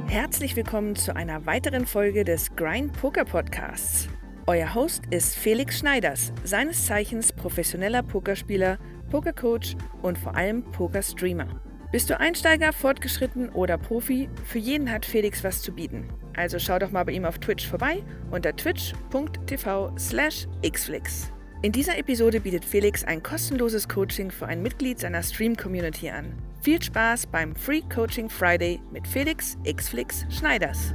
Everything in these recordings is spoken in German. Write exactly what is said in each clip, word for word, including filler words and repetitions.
Herzlich willkommen zu einer weiteren Folge des Grind Poker Podcasts. Euer Host ist Felix Schneiders, seines Zeichens professioneller Pokerspieler, Pokercoach und vor allem Pokerstreamer. Bist du Einsteiger, fortgeschritten oder Profi? Für jeden hat Felix was zu bieten. Also schau doch mal bei ihm auf Twitch vorbei unter twitch punkt t v slash xflix. In dieser Episode bietet Felix ein kostenloses Coaching für ein Mitglied seiner Stream-Community an. Viel Spaß beim Free Coaching Friday mit Felix Xflix Schneiders.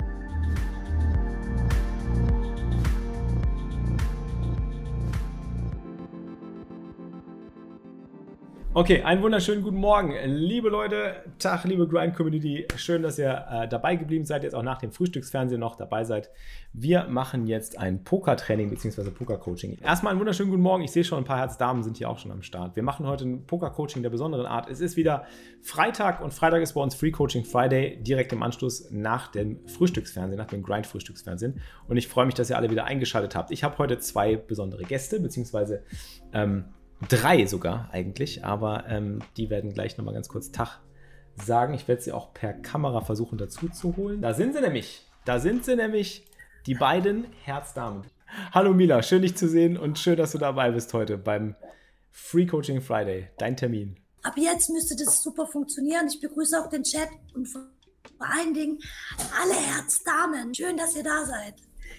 Okay, einen wunderschönen guten Morgen, liebe Leute, Tag, liebe Grind-Community. Schön, dass ihr äh, dabei geblieben seid, jetzt auch nach dem Frühstücksfernsehen noch dabei seid. Wir machen jetzt ein Pokertraining bzw. Pokercoaching. Erstmal einen wunderschönen guten Morgen. Ich sehe schon, ein paar Herzdamen sind hier auch schon am Start. Wir machen heute ein Pokercoaching der besonderen Art. Es ist wieder Freitag und Freitag ist bei uns Free Coaching Friday, direkt im Anschluss nach dem Frühstücksfernsehen, nach dem Grind-Frühstücksfernsehen. Und ich freue mich, dass ihr alle wieder eingeschaltet habt. Ich habe heute zwei besondere Gäste, beziehungsweise ähm, Drei sogar eigentlich, aber ähm, die werden gleich nochmal ganz kurz Tag sagen. Ich werde sie auch per Kamera versuchen dazu zu holen. Da sind sie nämlich, da sind sie nämlich, die beiden Herzdamen. Hallo Mila, schön dich zu sehen und schön, dass du dabei bist heute beim Free Coaching Friday, dein Termin. Ab jetzt müsste das super funktionieren. Ich begrüße auch den Chat und vor allen Dingen alle Herzdamen. Schön, dass ihr da seid.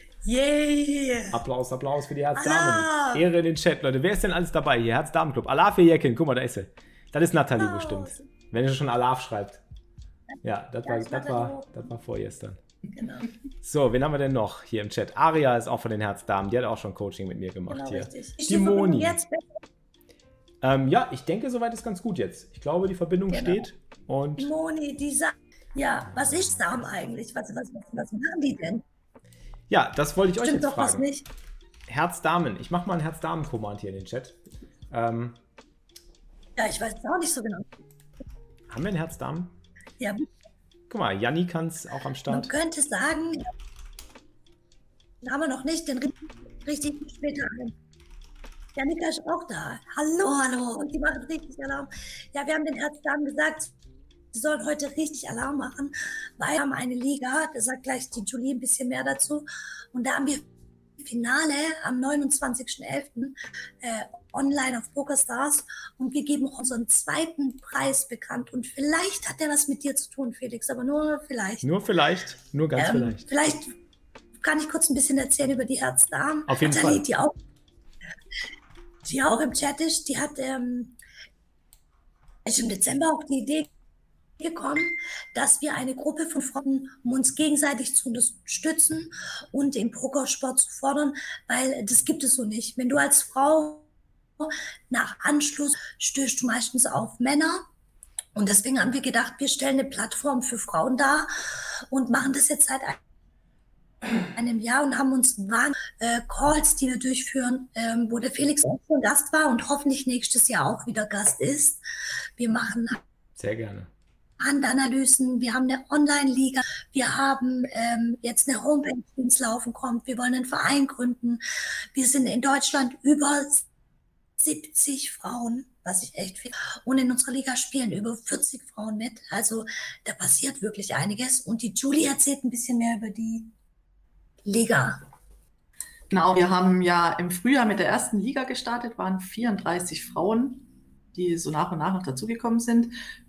Yeah! Applaus, Applaus für die Herzdamen. Ehre in den Chat, Leute. Wer ist denn alles dabei hier? Herzdamenclub. Alaf Jekin, guck mal, da ist sie. Das ist Nathalie oh. bestimmt. Wenn ihr schon Alaf schreibt. Ja, das, ja, war, das, war, das war vorgestern. Genau. So, wen haben wir denn noch hier im Chat? Aria ist auch von den Herzdamen. Die hat auch schon Coaching mit mir gemacht genau, hier. Richtig. Die Moni. Ähm, ja, ich denke, soweit ist ganz gut jetzt. Ich glaube, die Verbindung genau. steht. Und die Moni, die sagt, ja, was ist Damen eigentlich? Was, was, was, was machen die denn? Ja, das wollte ich Stimmt euch jetzt doch fragen. Was nicht. Herzdamen. Ich mache mal einen Herzdamen-Command hier in den Chat. Ähm, ja, ich weiß es auch nicht so genau. Haben wir einen Herzdamen? Ja. Guck mal, Janni kann es auch am Start. Man könnte sagen, haben wir noch nicht, den richtig später ein. Jannika ist auch da. Hallo, hallo. Und die machen richtig Alarm. Ja, wir haben den Herzdamen gesagt, sie sollen heute richtig Alarm machen, weil wir haben eine Liga, da sagt gleich die Julie ein bisschen mehr dazu. Und da haben wir Finale am neunundzwanzigsten elften Äh, online auf PokerStars und wir geben unseren zweiten Preis bekannt. Und vielleicht hat der was mit dir zu tun, Felix, aber nur vielleicht. Nur vielleicht, nur ganz ähm, vielleicht. Vielleicht kann ich kurz ein bisschen erzählen über die Herzdamen. Auf jeden Nathalie, Fall. Die auch, die auch im Chat ist, die hat ähm, ist im Dezember auch die Idee gekommen, dass wir eine Gruppe von Frauen, um uns gegenseitig zu unterstützen und den Pokersport zu fordern, weil das gibt es so nicht. Wenn du als Frau nach Anschluss stößt du meistens auf Männer und deswegen haben wir gedacht, wir stellen eine Plattform für Frauen dar und machen das jetzt seit einem Jahr und haben uns wahnsinnige äh, Calls, die wir durchführen, ähm, wo der Felix auch schon Gast war und hoffentlich nächstes Jahr auch wieder Gast ist. Wir machen sehr gerne Handanalysen, wir haben eine Online-Liga, wir haben ähm, jetzt eine Homepage, die ins Laufen kommt, wir wollen einen Verein gründen. Wir sind in Deutschland über siebzig Frauen, was ich echt viel, und in unserer Liga spielen über vierzig Frauen mit. Also da passiert wirklich einiges und die Julie erzählt ein bisschen mehr über die Liga. Genau, wir haben ja im Frühjahr mit der ersten Liga gestartet, waren vierunddreißig Frauen, die so nach und nach noch dazugekommen sind.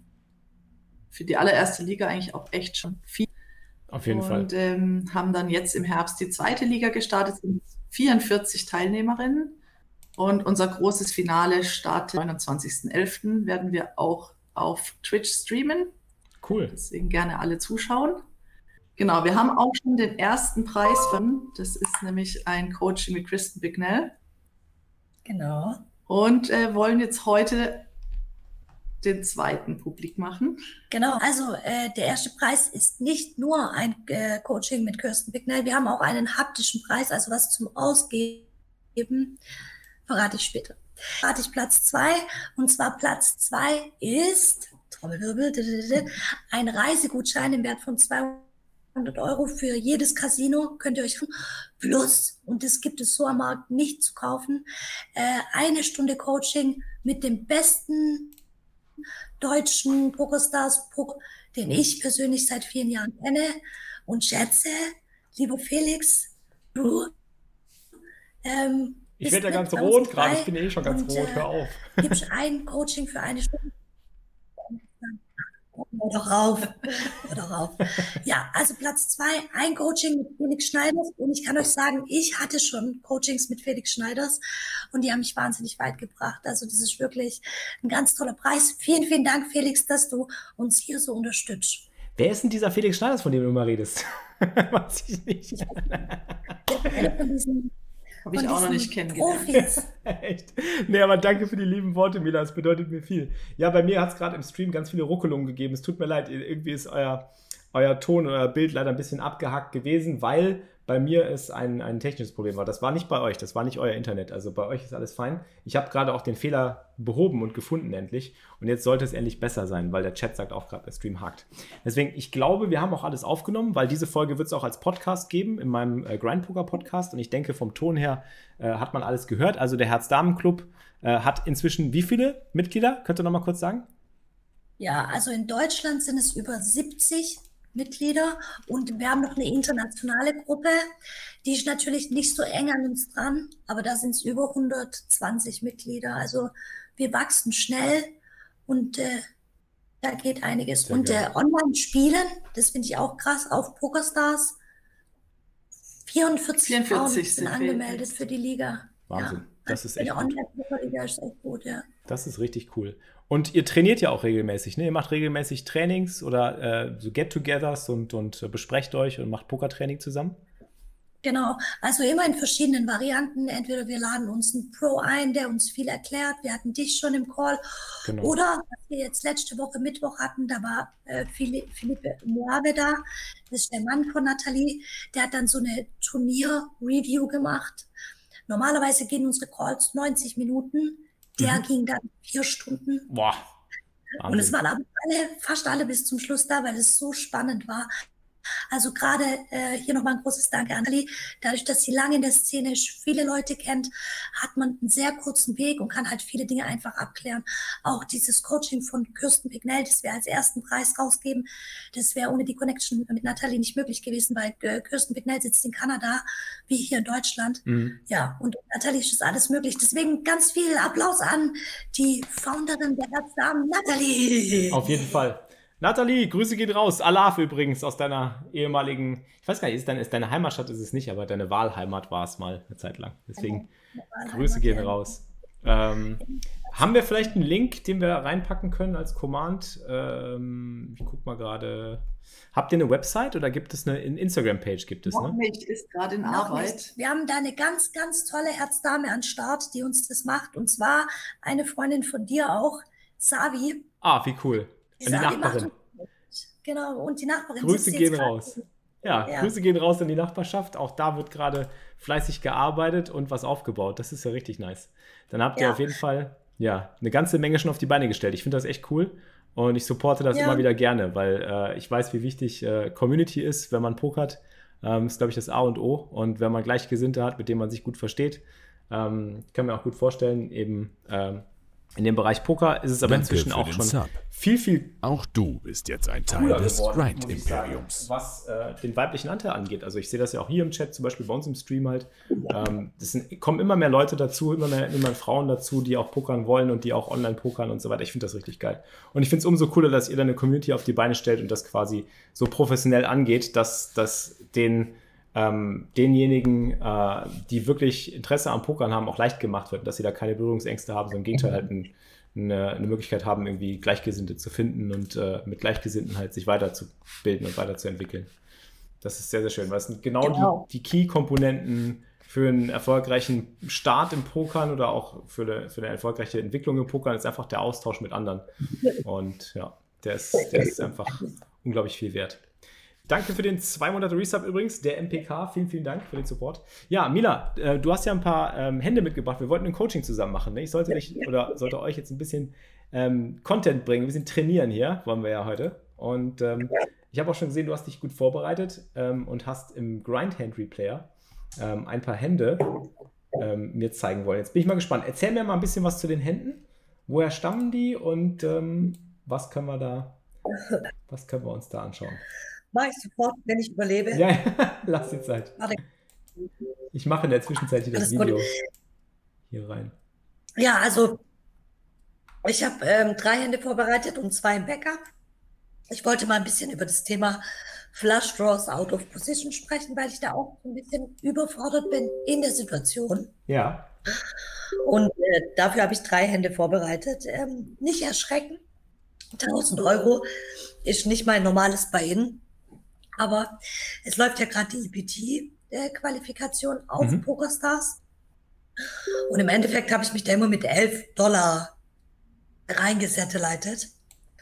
Für die allererste Liga eigentlich auch echt schon viel. Auf jeden und, Fall. Und ähm, haben dann jetzt im Herbst die zweite Liga gestartet, sind vierundvierzig Teilnehmerinnen. Und unser großes Finale startet am neunundzwanzigsten elften werden wir auch auf Twitch streamen. Cool. Deswegen gerne alle zuschauen. Genau, wir haben auch schon den ersten Preis von, das ist nämlich ein Coaching mit Kristen Bignell. Genau. Und äh, wollen jetzt heute den zweiten publik machen. Genau, also äh, der erste Preis ist nicht nur ein äh, Coaching mit Kirsten Bignell, wir haben auch einen haptischen Preis, also was zum Ausgeben, verrate ich später. Verrate ich Platz zwei, und zwar Platz zwei ist Trommelwirbel, ein Reisegutschein im Wert von zweihundert Euro für jedes Casino, könnt ihr euch plus, und das gibt es so am Markt nicht zu kaufen, äh, eine Stunde Coaching mit dem besten deutschen PokerStars, Poker, den ich persönlich seit vielen Jahren kenne und schätze. Lieber Felix, du ähm, ich werde ja ganz rot gerade, ich bin eh schon ganz und, rot, äh, hör auf. Gibst ein Coaching für eine Stunde. Hör doch auf, hör doch auf. Ja, also Platz zwei, ein Coaching mit Felix Schneiders. Und ich kann euch sagen, ich hatte schon Coachings mit Felix Schneiders und die haben mich wahnsinnig weit gebracht. Also das ist wirklich ein ganz toller Preis. Vielen, vielen Dank, Felix, dass du uns hier so unterstützt. Wer ist denn dieser Felix Schneiders, von dem du immer redest? Weiß ich nicht. Von diesen Habe ich auch noch nicht kennengelernt. Echt? Nee, aber danke für die lieben Worte, Mila. Das bedeutet mir viel. Ja, bei mir hat es gerade im Stream ganz viele Ruckelungen gegeben. Es tut mir leid, irgendwie ist euer, euer Ton oder euer Bild leider ein bisschen abgehackt gewesen, weil bei mir es ein, ein technisches Problem war. Das war nicht bei euch, das war nicht euer Internet. Also bei euch ist alles fein. Ich habe gerade auch den Fehler behoben und gefunden endlich. Und jetzt sollte es endlich besser sein, weil der Chat sagt auch gerade, der Stream hakt. Deswegen, ich glaube, wir haben auch alles aufgenommen, weil diese Folge wird es auch als Podcast geben, in meinem äh, Grindpoker-Podcast. Und ich denke, vom Ton her äh, hat man alles gehört. Also der Herz-Damen-Club äh, hat inzwischen wie viele Mitglieder? Könnt ihr noch mal kurz sagen? Ja, also in Deutschland sind es über siebzig Mitglieder und wir haben noch eine internationale Gruppe, die ist natürlich nicht so eng an uns dran, aber da sind es über hundertzwanzig Mitglieder. Also wir wachsen schnell und äh, da geht einiges. Sehr und geil. äh, Online-Spielen, das finde ich auch krass, auf PokerStars, vierundvierzig, vierundvierzig Frauen sind sind angemeldet für die Liga. Wahnsinn, Ja. das ist Die echt gut. Online-Pokerliga ist echt gut, ja. Das ist richtig cool. Und ihr trainiert ja auch regelmäßig, ne? Ihr macht regelmäßig Trainings oder äh, so Get-togethers und, und äh, besprecht euch und macht Pokertraining zusammen? Genau, also immer in verschiedenen Varianten. Entweder wir laden uns einen Pro ein, der uns viel erklärt. Wir hatten dich schon im Call. Genau. Oder was wir jetzt letzte Woche Mittwoch hatten, da war äh, Philipp, Philippe Moave da. Das ist der Mann von Nathalie. Der hat dann so eine Turnier-Review gemacht. Normalerweise gehen unsere Calls neunzig Minuten. Der Mhm. ging dann vier Stunden. Boah. Und es Wahnsinn. waren aber alle, fast alle bis zum Schluss da, weil es so spannend war. Also gerade äh, hier nochmal ein großes Danke an Ali. Dadurch, dass sie lange in der Szene ist, viele Leute kennt, hat man einen sehr kurzen Weg und kann halt viele Dinge einfach abklären. Auch dieses Coaching von Kirsten Pignell, das wir als ersten Preis rausgeben, das wäre ohne die Connection mit Nathalie nicht möglich gewesen, weil äh, Kirsten Pignell sitzt in Kanada, wie hier in Deutschland. Mhm. Ja, und Nathalie ist das alles möglich. Deswegen ganz viel Applaus an die Founderin der Herzdamen, Nathalie. Auf jeden Fall. Nathalie, Grüße gehen raus. Alaf übrigens aus deiner ehemaligen, ich weiß gar nicht, ist deine, ist deine Heimatstadt ist es nicht, aber deine Wahlheimat war es mal eine Zeit lang. Deswegen Grüße gehen raus. Ähm, haben wir vielleicht einen Link, den wir da reinpacken können als Command? Ähm, ich guck mal gerade. Habt ihr eine Website oder gibt es eine in Instagram-Page? Gibt es, Noch ne? nicht, ist gerade in Noch Arbeit. nicht. Wir haben da eine ganz, ganz tolle Herzdame an Start, die uns das macht. Und zwar eine Freundin von dir auch, Savi. Ah, wie cool. Und die Savi Nachbarin. macht- Genau, und die Nachbarin. Grüße sitzt gehen jetzt grad- raus. Ja, Ja. Grüße gehen raus in die Nachbarschaft. Auch da wird gerade fleißig gearbeitet und was aufgebaut. Das ist ja richtig nice. Dann habt ihr Ja. auf jeden Fall ja, eine ganze Menge schon auf die Beine gestellt. Ich finde das echt cool und ich supporte das Ja. immer wieder gerne, weil äh, ich weiß, wie wichtig äh, Community ist, wenn man pokert. Ähm, ist, glaube ich, das A und O. Und wenn man Gleichgesinnte hat, mit denen man sich gut versteht, ähm, kann mir auch gut vorstellen, eben ähm, in dem Bereich Poker ist es aber Danke inzwischen für auch den schon Sub. viel, viel Auch du bist jetzt ein Teil cooler des geworden, muss ich sagen, Grind-Imperiums. was äh, den weiblichen Anteil angeht. Also ich sehe das ja auch hier im Chat, zum Beispiel bei uns im Stream halt. Ähm, das sind, kommen immer mehr Leute dazu, immer mehr, immer mehr Frauen dazu, die auch pokern wollen und die auch online pokern und so weiter. Ich finde das richtig geil. Und ich finde es umso cooler, dass ihr da eine Community auf die Beine stellt und das quasi so professionell angeht, dass das den ähm, denjenigen, äh, die wirklich Interesse am Pokern haben, auch leicht gemacht wird, dass sie da keine Berührungsängste haben, sondern im Gegenteil halt ein Eine, eine Möglichkeit haben, irgendwie Gleichgesinnte zu finden und äh, mit Gleichgesinnten halt sich weiterzubilden und weiterzuentwickeln. Das ist sehr, sehr schön, weil es sind genau, Genau. die, die Key-Komponenten für einen erfolgreichen Start im Pokern oder auch für eine, für eine erfolgreiche Entwicklung im Pokern ist einfach der Austausch mit anderen. Und ja, der ist, der ist einfach unglaublich viel wert. Danke für den zwei Monate Resub übrigens, der M P K. Vielen, vielen Dank für den Support. Ja, Mila, äh, du hast ja ein paar ähm, Hände mitgebracht. Wir wollten ein Coaching zusammen machen. Ne? Ich sollte dich oder sollte euch jetzt ein bisschen ähm, Content bringen, ein bisschen trainieren hier, wollen wir ja heute. Und ähm, ich habe auch schon gesehen, du hast dich gut vorbereitet ähm, und hast im Grind Hand Replayer ähm, ein paar Hände ähm, mir zeigen wollen. Jetzt bin ich mal gespannt. Erzähl mir mal ein bisschen was zu den Händen Woher stammen die und ähm, was können wir da, was können wir uns da anschauen? Mach ich sofort, wenn ich überlebe. Ja, ja, lass die Zeit. Warte. Ich mache in der Zwischenzeit hier das Alles gut. Video hier rein. Ja, also ich habe ähm, drei Hände vorbereitet und zwei im Backup. Ich wollte mal ein bisschen über das Thema Flush Draws Out of Position sprechen, weil ich da auch ein bisschen überfordert bin in der Situation. Ja, Und äh, dafür habe ich drei Hände vorbereitet. Ähm, nicht erschrecken. tausend Euro ist nicht mein normales Buy-in. Aber es läuft ja gerade die E P T-Qualifikation auf Mhm. PokerStars. Und im Endeffekt habe ich mich da immer mit elf Dollar reingesetteleitet.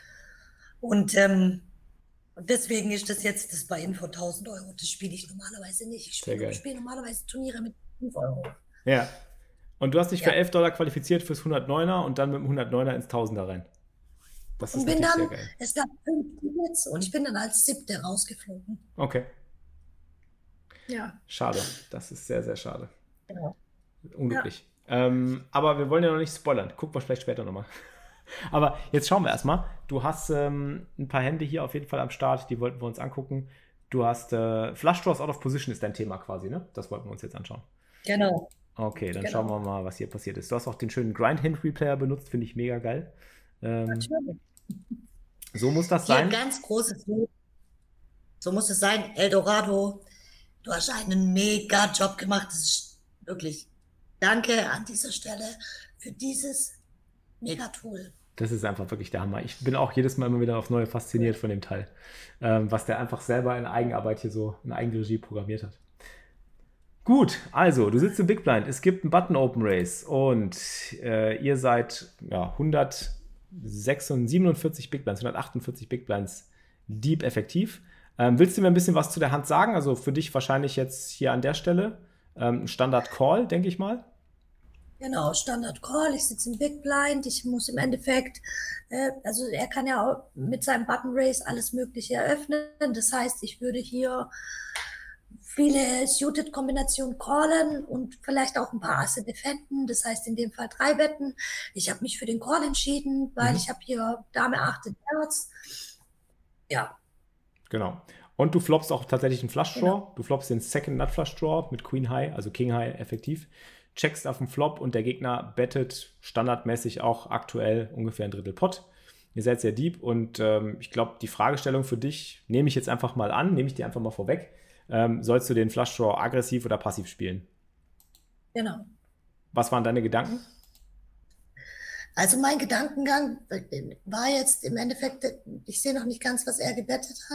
Und ähm, deswegen ist das jetzt das Buy-in von tausend Euro. Das spiele ich normalerweise nicht. Ich Sehr spiele geil. spiele normalerweise Turniere mit fünf Euro. ja. Und du hast dich für Ja. elf Dollar qualifiziert fürs hundertneuner und dann mit dem hundertneuner ins Tausender rein. Das ist Und bin natürlich dann, sehr geil. es gab fünf Tickets und ich bin dann als Siebte rausgeflogen. Okay, Ja, schade. Das ist sehr, sehr schade. genau. Unglücklich. Ähm, aber wir wollen ja noch nicht spoilern. Gucken wir vielleicht später nochmal. Aber jetzt schauen wir erstmal. Du hast ähm, ein paar Hände hier auf jeden Fall am Start, die wollten wir uns angucken. Du hast äh, Flush Draws Out of Position ist dein Thema quasi, ne? Das wollten wir uns jetzt anschauen. Genau. Okay, dann Genau. schauen wir mal, was hier passiert ist. Du hast auch den schönen Grind-Hand-Replayer benutzt, finde ich mega geil. Ähm, Natürlich. so muss das Hier sein. ganz großes Lob. So muss es sein. Eldorado, du hast einen mega Job gemacht. Das ist wirklich danke an dieser Stelle für dieses mega Tool. Das ist einfach wirklich der Hammer. Ich bin auch jedes Mal immer wieder auf Neue fasziniert von dem Teil, ähm, was der einfach selber in Eigenarbeit hier so in Eigenregie programmiert hat. Gut, also du sitzt im Big Blind, es gibt einen Button Open Race und äh, ihr seid ja, hundertsiebenundvierzig Big Blinds, hundertachtundvierzig Big Blinds deep effektiv. Ähm, willst du mir ein bisschen was zu der Hand sagen? Also für dich wahrscheinlich jetzt hier an der Stelle ähm, Standard Call, denke ich mal. Genau, Standard Call. Ich sitze im Big Blind. Ich muss im Endeffekt, äh, also er kann ja auch mit seinem Button Race alles Mögliche eröffnen. Das heißt, ich würde hier viele Suited-Kombinationen callen und vielleicht auch ein paar Asse defenden. Das heißt in dem Fall drei Wetten. Ich habe mich für den Call entschieden, weil Mhm. ich habe hier Dame achtet Herz. Ja, Genau. Und du floppst auch tatsächlich einen Flush Draw. Genau. Du floppst den Second Nut Flush Draw mit Queen High, also King High effektiv. Checkst auf den Flop und der Gegner bettet standardmäßig auch aktuell ungefähr ein Drittel Pot. Ihr seid sehr deep und ähm, ich glaube, die Fragestellung für dich nehme ich jetzt einfach mal an, nehme ich dir einfach mal vorweg. Ähm, sollst du den Flush Draw aggressiv oder passiv spielen? genau. Was waren deine Gedanken? Also mein Gedankengang äh, war jetzt im Endeffekt, äh, ich sehe noch nicht ganz, was er gebettet hat.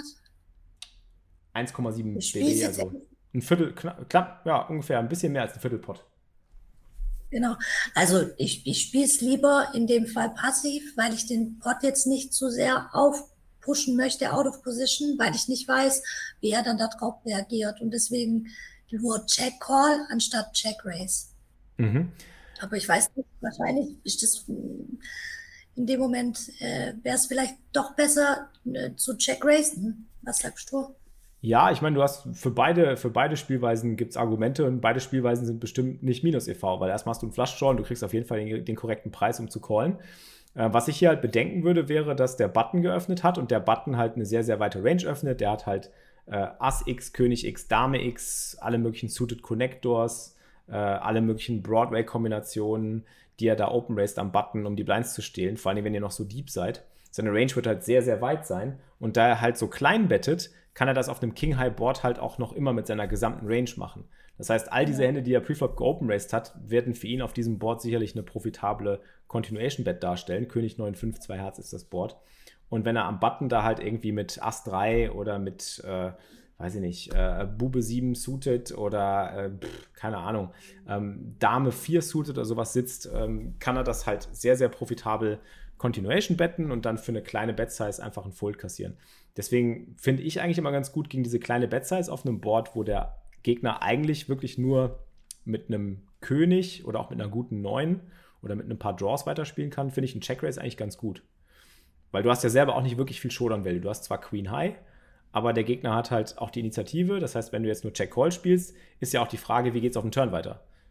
eins Komma sieben Ich B spiele D, jetzt also ein Viertel, knapp, knapp, ja, ungefähr ein bisschen mehr als ein Viertel Pot. Genau. Also ich, ich spiele es lieber in dem Fall passiv, weil ich den Pot jetzt nicht zu sehr aufpushen möchte, out of position, weil ich nicht weiß, wie er dann darauf reagiert. Und deswegen nur Check Call anstatt Check Raise. Mhm. Aber ich weiß nicht, wahrscheinlich ist das mm, in dem Moment, äh, wäre es vielleicht doch besser äh, zu Check Raisen. Was sagst du? Ja, ich meine, du hast für beide, für beide Spielweisen gibt es Argumente und beide Spielweisen sind bestimmt nicht minus E V, weil erstmal hast du einen Flush Draw und du kriegst auf jeden Fall den, den korrekten Preis, um zu callen. Äh, was ich hier halt bedenken würde, wäre, dass der Button geöffnet hat und der Button halt eine sehr, sehr weite Range öffnet. Der hat halt äh, Ass X, König X, Dame X, alle möglichen Suited Connectors, äh, alle möglichen Broadway-Kombinationen, die er da open raced am Button, um die Blinds zu stehlen, vor allem wenn ihr noch so deep seid. Seine Range wird halt sehr, sehr weit sein und da er halt so klein bettet, kann er das auf einem King-High-Board halt auch noch immer mit seiner gesamten Range machen. Das heißt, all diese Hände, die er Preflop geopen-raced hat, werden für ihn auf diesem Board sicherlich eine profitable Continuation-Bet darstellen. König neun fünf, zwei Herz ist das Board. Und wenn er am Button da halt irgendwie mit Ass drei oder mit, äh, weiß ich nicht, äh, Bube sieben suited oder, äh, pff, keine Ahnung, ähm, Dame vier suited oder sowas sitzt, ähm, kann er das halt sehr, sehr profitabel Continuation betten und dann für eine kleine Bet-Size einfach einen Fold kassieren. Deswegen finde ich eigentlich immer ganz gut gegen diese kleine Bet-Size auf einem Board, wo der Gegner eigentlich wirklich nur mit einem König oder auch mit einer guten neun oder mit ein paar Draws weiterspielen kann, finde ich einen Check-Raise eigentlich ganz gut. Weil du hast ja selber auch nicht wirklich viel Showdown-Value. Du hast zwar Queen High, aber der Gegner hat halt auch die Initiative. Das heißt, wenn du jetzt nur Check-Call spielst, ist ja auch die Frage, wie geht es auf dem Turn weiter?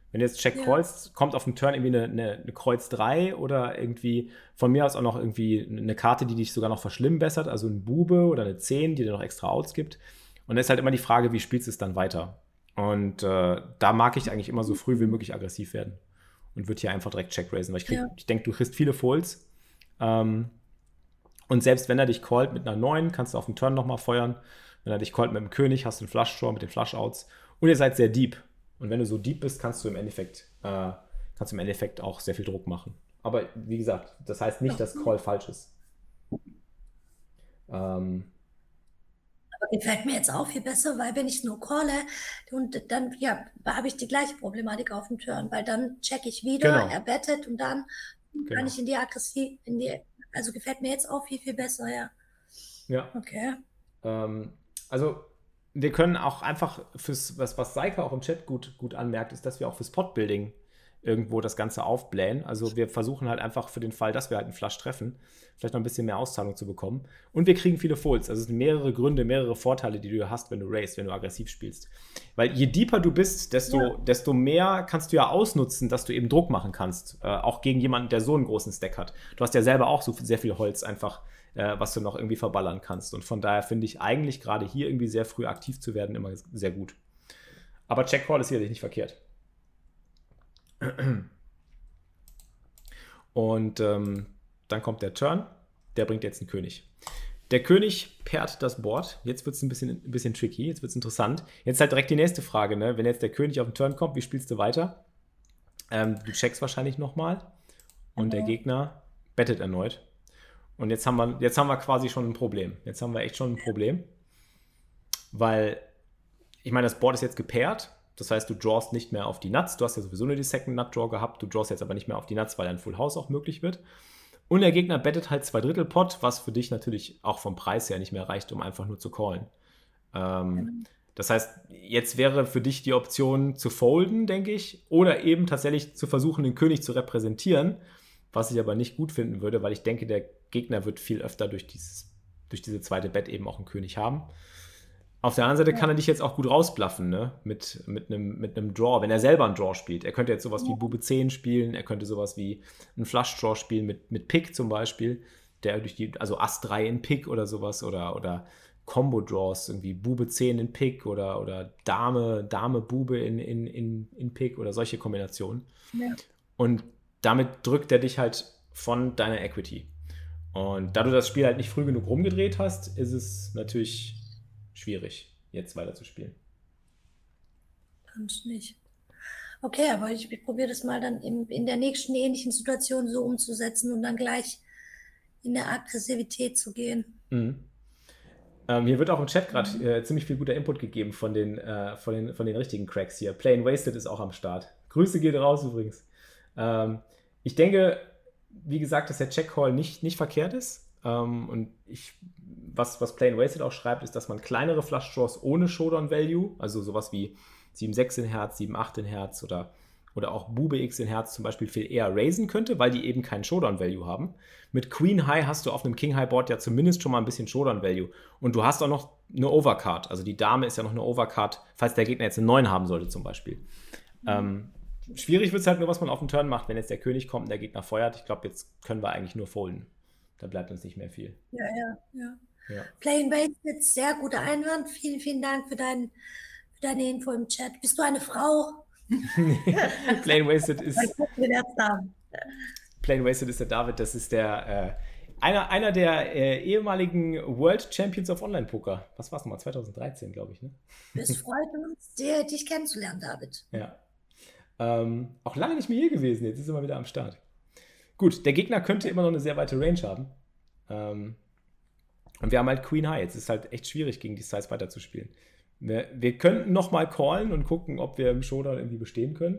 Wenn du jetzt Check Ja. callst, kommt auf dem Turn irgendwie eine, eine, eine Kreuz drei oder irgendwie von mir aus auch noch irgendwie eine Karte, die dich sogar noch verschlimmbessert, also ein Bube oder eine zehn, die dir noch extra Outs gibt. Und da ist halt immer die Frage, wie spielst du es dann weiter? Und äh, da mag ich eigentlich immer so früh wie möglich aggressiv werden und würde hier einfach direkt Check raisen, weil ich, krieg- Ja. ich denke, du kriegst viele Folds. Ähm, und selbst wenn er dich callt mit einer neun, kannst du auf dem Turn nochmal feuern. Wenn er dich callt mit dem König, hast du einen Flush-Draw mit den Flush-Outs. Und ihr seid sehr deep. Und wenn du so deep bist, kannst du im Endeffekt, äh, kannst du im Endeffekt auch sehr viel Druck machen. Aber wie gesagt, das heißt nicht, dass Call falsch ist. Ähm, Aber gefällt mir jetzt auch viel besser, weil wenn ich nur calle und dann ja, habe ich die gleiche Problematik auf dem Turn, weil dann check ich wieder, Genau. er bettet und dann Genau. kann ich in die Aggressiv, in die, also gefällt mir jetzt auch viel, viel besser, ja. ja. Okay. Ähm, also wir können auch einfach fürs, was, was Saika auch im Chat gut, gut anmerkt, ist, dass wir auch fürs Pot-Building irgendwo das Ganze aufblähen. Also wir versuchen halt einfach für den Fall, dass wir halt einen Flush treffen, vielleicht noch ein bisschen mehr Auszahlung zu bekommen. Und wir kriegen viele Folds. Also es sind mehrere Gründe, mehrere Vorteile, die du hast, wenn du race, wenn du aggressiv spielst. Weil je deeper du bist, desto, Ja. desto mehr kannst du ja ausnutzen, dass du eben Druck machen kannst. Äh, auch gegen jemanden, der so einen großen Stack hat. Du hast ja selber auch so sehr viel Holz einfach, äh, was du noch irgendwie verballern kannst. Und von daher finde ich eigentlich gerade hier irgendwie sehr früh aktiv zu werden immer sehr gut. Aber Check Call ist sicherlich nicht verkehrt. Und ähm, dann kommt der Turn, der bringt jetzt einen König. Der König pairt das Board. Jetzt wird es ein bisschen, ein bisschen tricky, jetzt wird es interessant. Jetzt halt direkt die nächste Frage, ne? Wenn jetzt der König auf den Turn kommt, wie spielst du weiter? Ähm, du checkst wahrscheinlich nochmal und der Gegner bettet erneut. Und jetzt haben wir, jetzt haben wir quasi schon ein Problem. Jetzt haben wir echt schon ein Problem, weil, ich meine, das Board ist jetzt gepairt. Das heißt, du drawst nicht mehr auf die Nuts. Du hast ja sowieso nur die Second Nut Draw gehabt. Du drawst jetzt aber nicht mehr auf die Nuts, weil ein Full House auch möglich wird. Und der Gegner bettet halt zwei Drittel Pot, was für dich natürlich auch vom Preis her nicht mehr reicht, um einfach nur zu callen. Ähm, das heißt, jetzt wäre für dich die Option zu folden, denke ich, oder eben tatsächlich zu versuchen, den König zu repräsentieren, was ich aber nicht gut finden würde, weil ich denke, der Gegner wird viel öfter durch, dieses, durch diese zweite Bet eben auch einen König haben. Auf der anderen Seite kann er dich jetzt auch gut rausbluffen, ne? Mit, mit, einem, mit einem Draw, wenn er selber einen Draw spielt. Er könnte jetzt sowas wie Bube zehn spielen, er könnte sowas wie einen Flush-Draw spielen mit, mit Pick zum Beispiel, der durch die, also Ass drei in Pick oder sowas oder, oder Combo-Draws, irgendwie Bube zehn in Pick oder, oder Dame, Dame, Bube in, in, in, in Pick oder solche Kombinationen. Ja. Und damit drückt er dich halt von deiner Equity. Und da du das Spiel halt nicht früh genug rumgedreht hast, ist es natürlich schwierig, jetzt weiter zu spielen. Kannst nicht. Okay, aber ich, ich probiere das mal dann in, in der nächsten ähnlichen Situation so umzusetzen und dann gleich in der Aggressivität zu gehen. Mhm. Ähm, hier wird auch im Chat gerade äh, ziemlich viel guter Input gegeben von den, äh, von den, von den richtigen Cracks hier. Plain Wasted ist auch am Start. Grüße geht raus übrigens. Ähm, ich denke, wie gesagt, dass der Check-Call nicht, nicht verkehrt ist. Ähm, und ich, was, was Plain Wasted auch schreibt, ist, dass man kleinere Flush-Draws ohne Showdown-Value, also sowas wie sieben sechs in Herz, sieben acht in Herz oder, oder auch Bube X in Herz zum Beispiel viel eher raisen könnte, weil die eben keinen Showdown-Value haben. Mit Queen High hast du auf einem King High Board ja zumindest schon mal ein bisschen Showdown-Value. Und du hast auch noch eine Overcard. Also die Dame ist ja noch eine Overcard, falls der Gegner jetzt eine neun haben sollte zum Beispiel. Mhm. Ähm, schwierig wird es halt nur, was man auf dem Turn macht, wenn jetzt der König kommt und der Gegner feuert. Ich glaube, jetzt können wir eigentlich nur folden. Da bleibt uns nicht mehr viel. Ja, ja, ja. Ja. Plain Wasted, sehr guter Einwand. Vielen, vielen Dank für, dein, für deine Info im Chat. Bist du eine Frau? Plain Wasted ist... Da. Plain Wasted ist der David, das ist der... Äh, einer, einer der äh, ehemaligen World Champions of Online-Poker. Was war es nochmal? zwanzig dreizehn, glaube ich, ne? Es freut uns, dir, dich kennenzulernen, David. Ja. Ähm, auch lange nicht mehr hier gewesen, jetzt ist er mal wieder am Start. Gut, der Gegner könnte immer noch eine sehr weite Range haben. Ähm, und wir haben halt Queen High. Jetzt ist es halt echt schwierig, gegen die Size weiterzuspielen. Wir, wir könnten nochmal callen und gucken, ob wir im Showdown irgendwie bestehen können.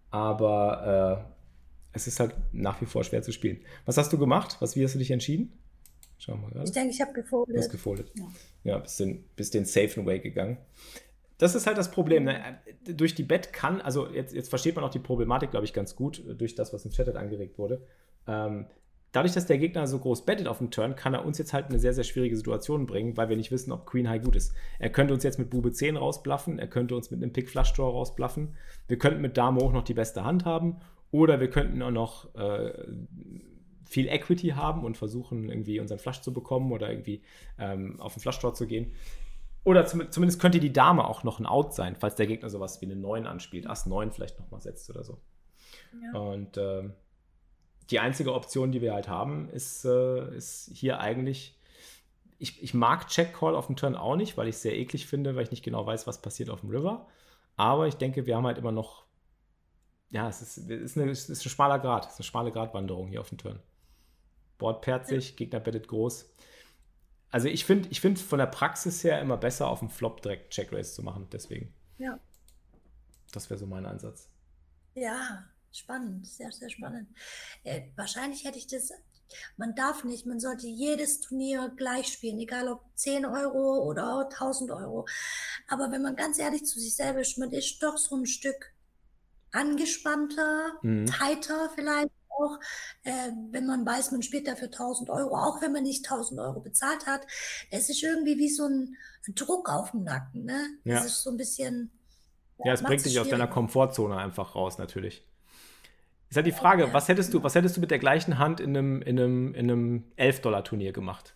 Aber äh, es ist halt nach wie vor schwer zu spielen. Was hast du gemacht? Was, wie hast du dich entschieden? Schauen wir mal gerade. Ich denke, ich habe gefoldet. Du hast gefoldet. Ja, ja bist, den, bist den safen Way gegangen. Das ist halt das Problem. Ne? Durch die Bet kann, also jetzt, jetzt versteht man auch die Problematik, glaube ich, ganz gut, durch das, was im Chat halt angeregt wurde. Ähm, dadurch, dass der Gegner so groß bettet auf dem Turn, kann er uns jetzt halt eine sehr, sehr schwierige Situation bringen, weil wir nicht wissen, ob Queen High gut ist. Er könnte uns jetzt mit Bube zehn rausbluffen, er könnte uns mit einem Pick Flush Draw rausbluffen, wir könnten mit Dame hoch noch die beste Hand haben oder wir könnten auch noch äh, viel Equity haben und versuchen, irgendwie unseren Flush zu bekommen oder irgendwie ähm, auf den Flush Draw zu gehen. Oder zum, zumindest könnte die Dame auch noch ein Out sein, falls der Gegner sowas wie eine neun anspielt, Ass neun vielleicht nochmal setzt oder so. Ja. Und ähm, die einzige Option, die wir halt haben, ist, äh, ist hier eigentlich, ich, ich mag Check Call auf dem Turn auch nicht, weil ich es sehr eklig finde, weil ich nicht genau weiß, was passiert auf dem River. Aber ich denke, wir haben halt immer noch, ja, es ist, es ist, eine, es ist ein schmaler Grat, es ist eine schmale Gratwanderung hier auf dem Turn. Board pairt sich, Gegner bettet groß. Also ich finde ich find von der Praxis her immer besser, auf dem Flop direkt Check Raise zu machen, deswegen. Ja. Das wäre so mein Ansatz. Ja, spannend, sehr, sehr spannend. Äh, wahrscheinlich hätte ich das, man darf nicht, man sollte jedes Turnier gleich spielen, egal ob zehn Euro oder tausend Euro. Aber wenn man ganz ehrlich zu sich selber ist, man ist doch so ein Stück angespannter, mhm. tighter vielleicht auch, äh, wenn man weiß, man spielt dafür tausend Euro, auch wenn man nicht tausend Euro bezahlt hat. Es ist irgendwie wie so ein Druck auf dem Nacken, ne? Ja. Das ist so ein bisschen... Ja, es bringt dich aus deiner Komfortzone einfach raus, natürlich. Ist halt die Frage, was hättest du, was hättest du mit der gleichen Hand in einem, in einem, in einem elf-Dollar-Turnier gemacht?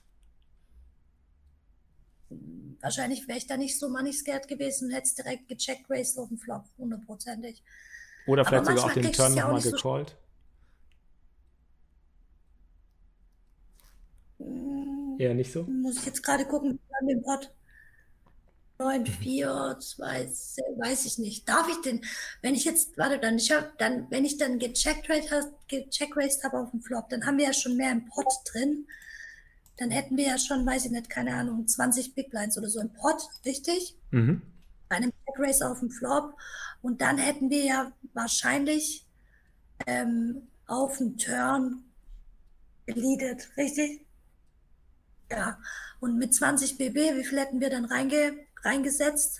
Wahrscheinlich wäre ich da nicht so money scared gewesen und hätte es direkt gecheckt, raised auf dem Flop, hundertprozentig. Oder vielleicht sogar auf den Turn nochmal gecallt? So Eher nicht so? Muss ich jetzt gerade gucken, an dem Pot. neun, vier, zwei, weiß ich nicht. Darf ich denn, wenn ich jetzt, warte, dann, ich hab, dann wenn ich dann gecheckraced habe auf dem Flop, dann haben wir ja schon mehr im Pot drin. Dann hätten wir ja schon, weiß ich nicht, keine Ahnung, zwanzig Big Blinds oder so im Pot, richtig? Mhm. Bei einem Checkrace auf dem Flop. Und dann hätten wir ja wahrscheinlich ähm, auf dem Turn geleadet, richtig? Ja. Und mit zwanzig B B, wie viel hätten wir dann reinge reingesetzt?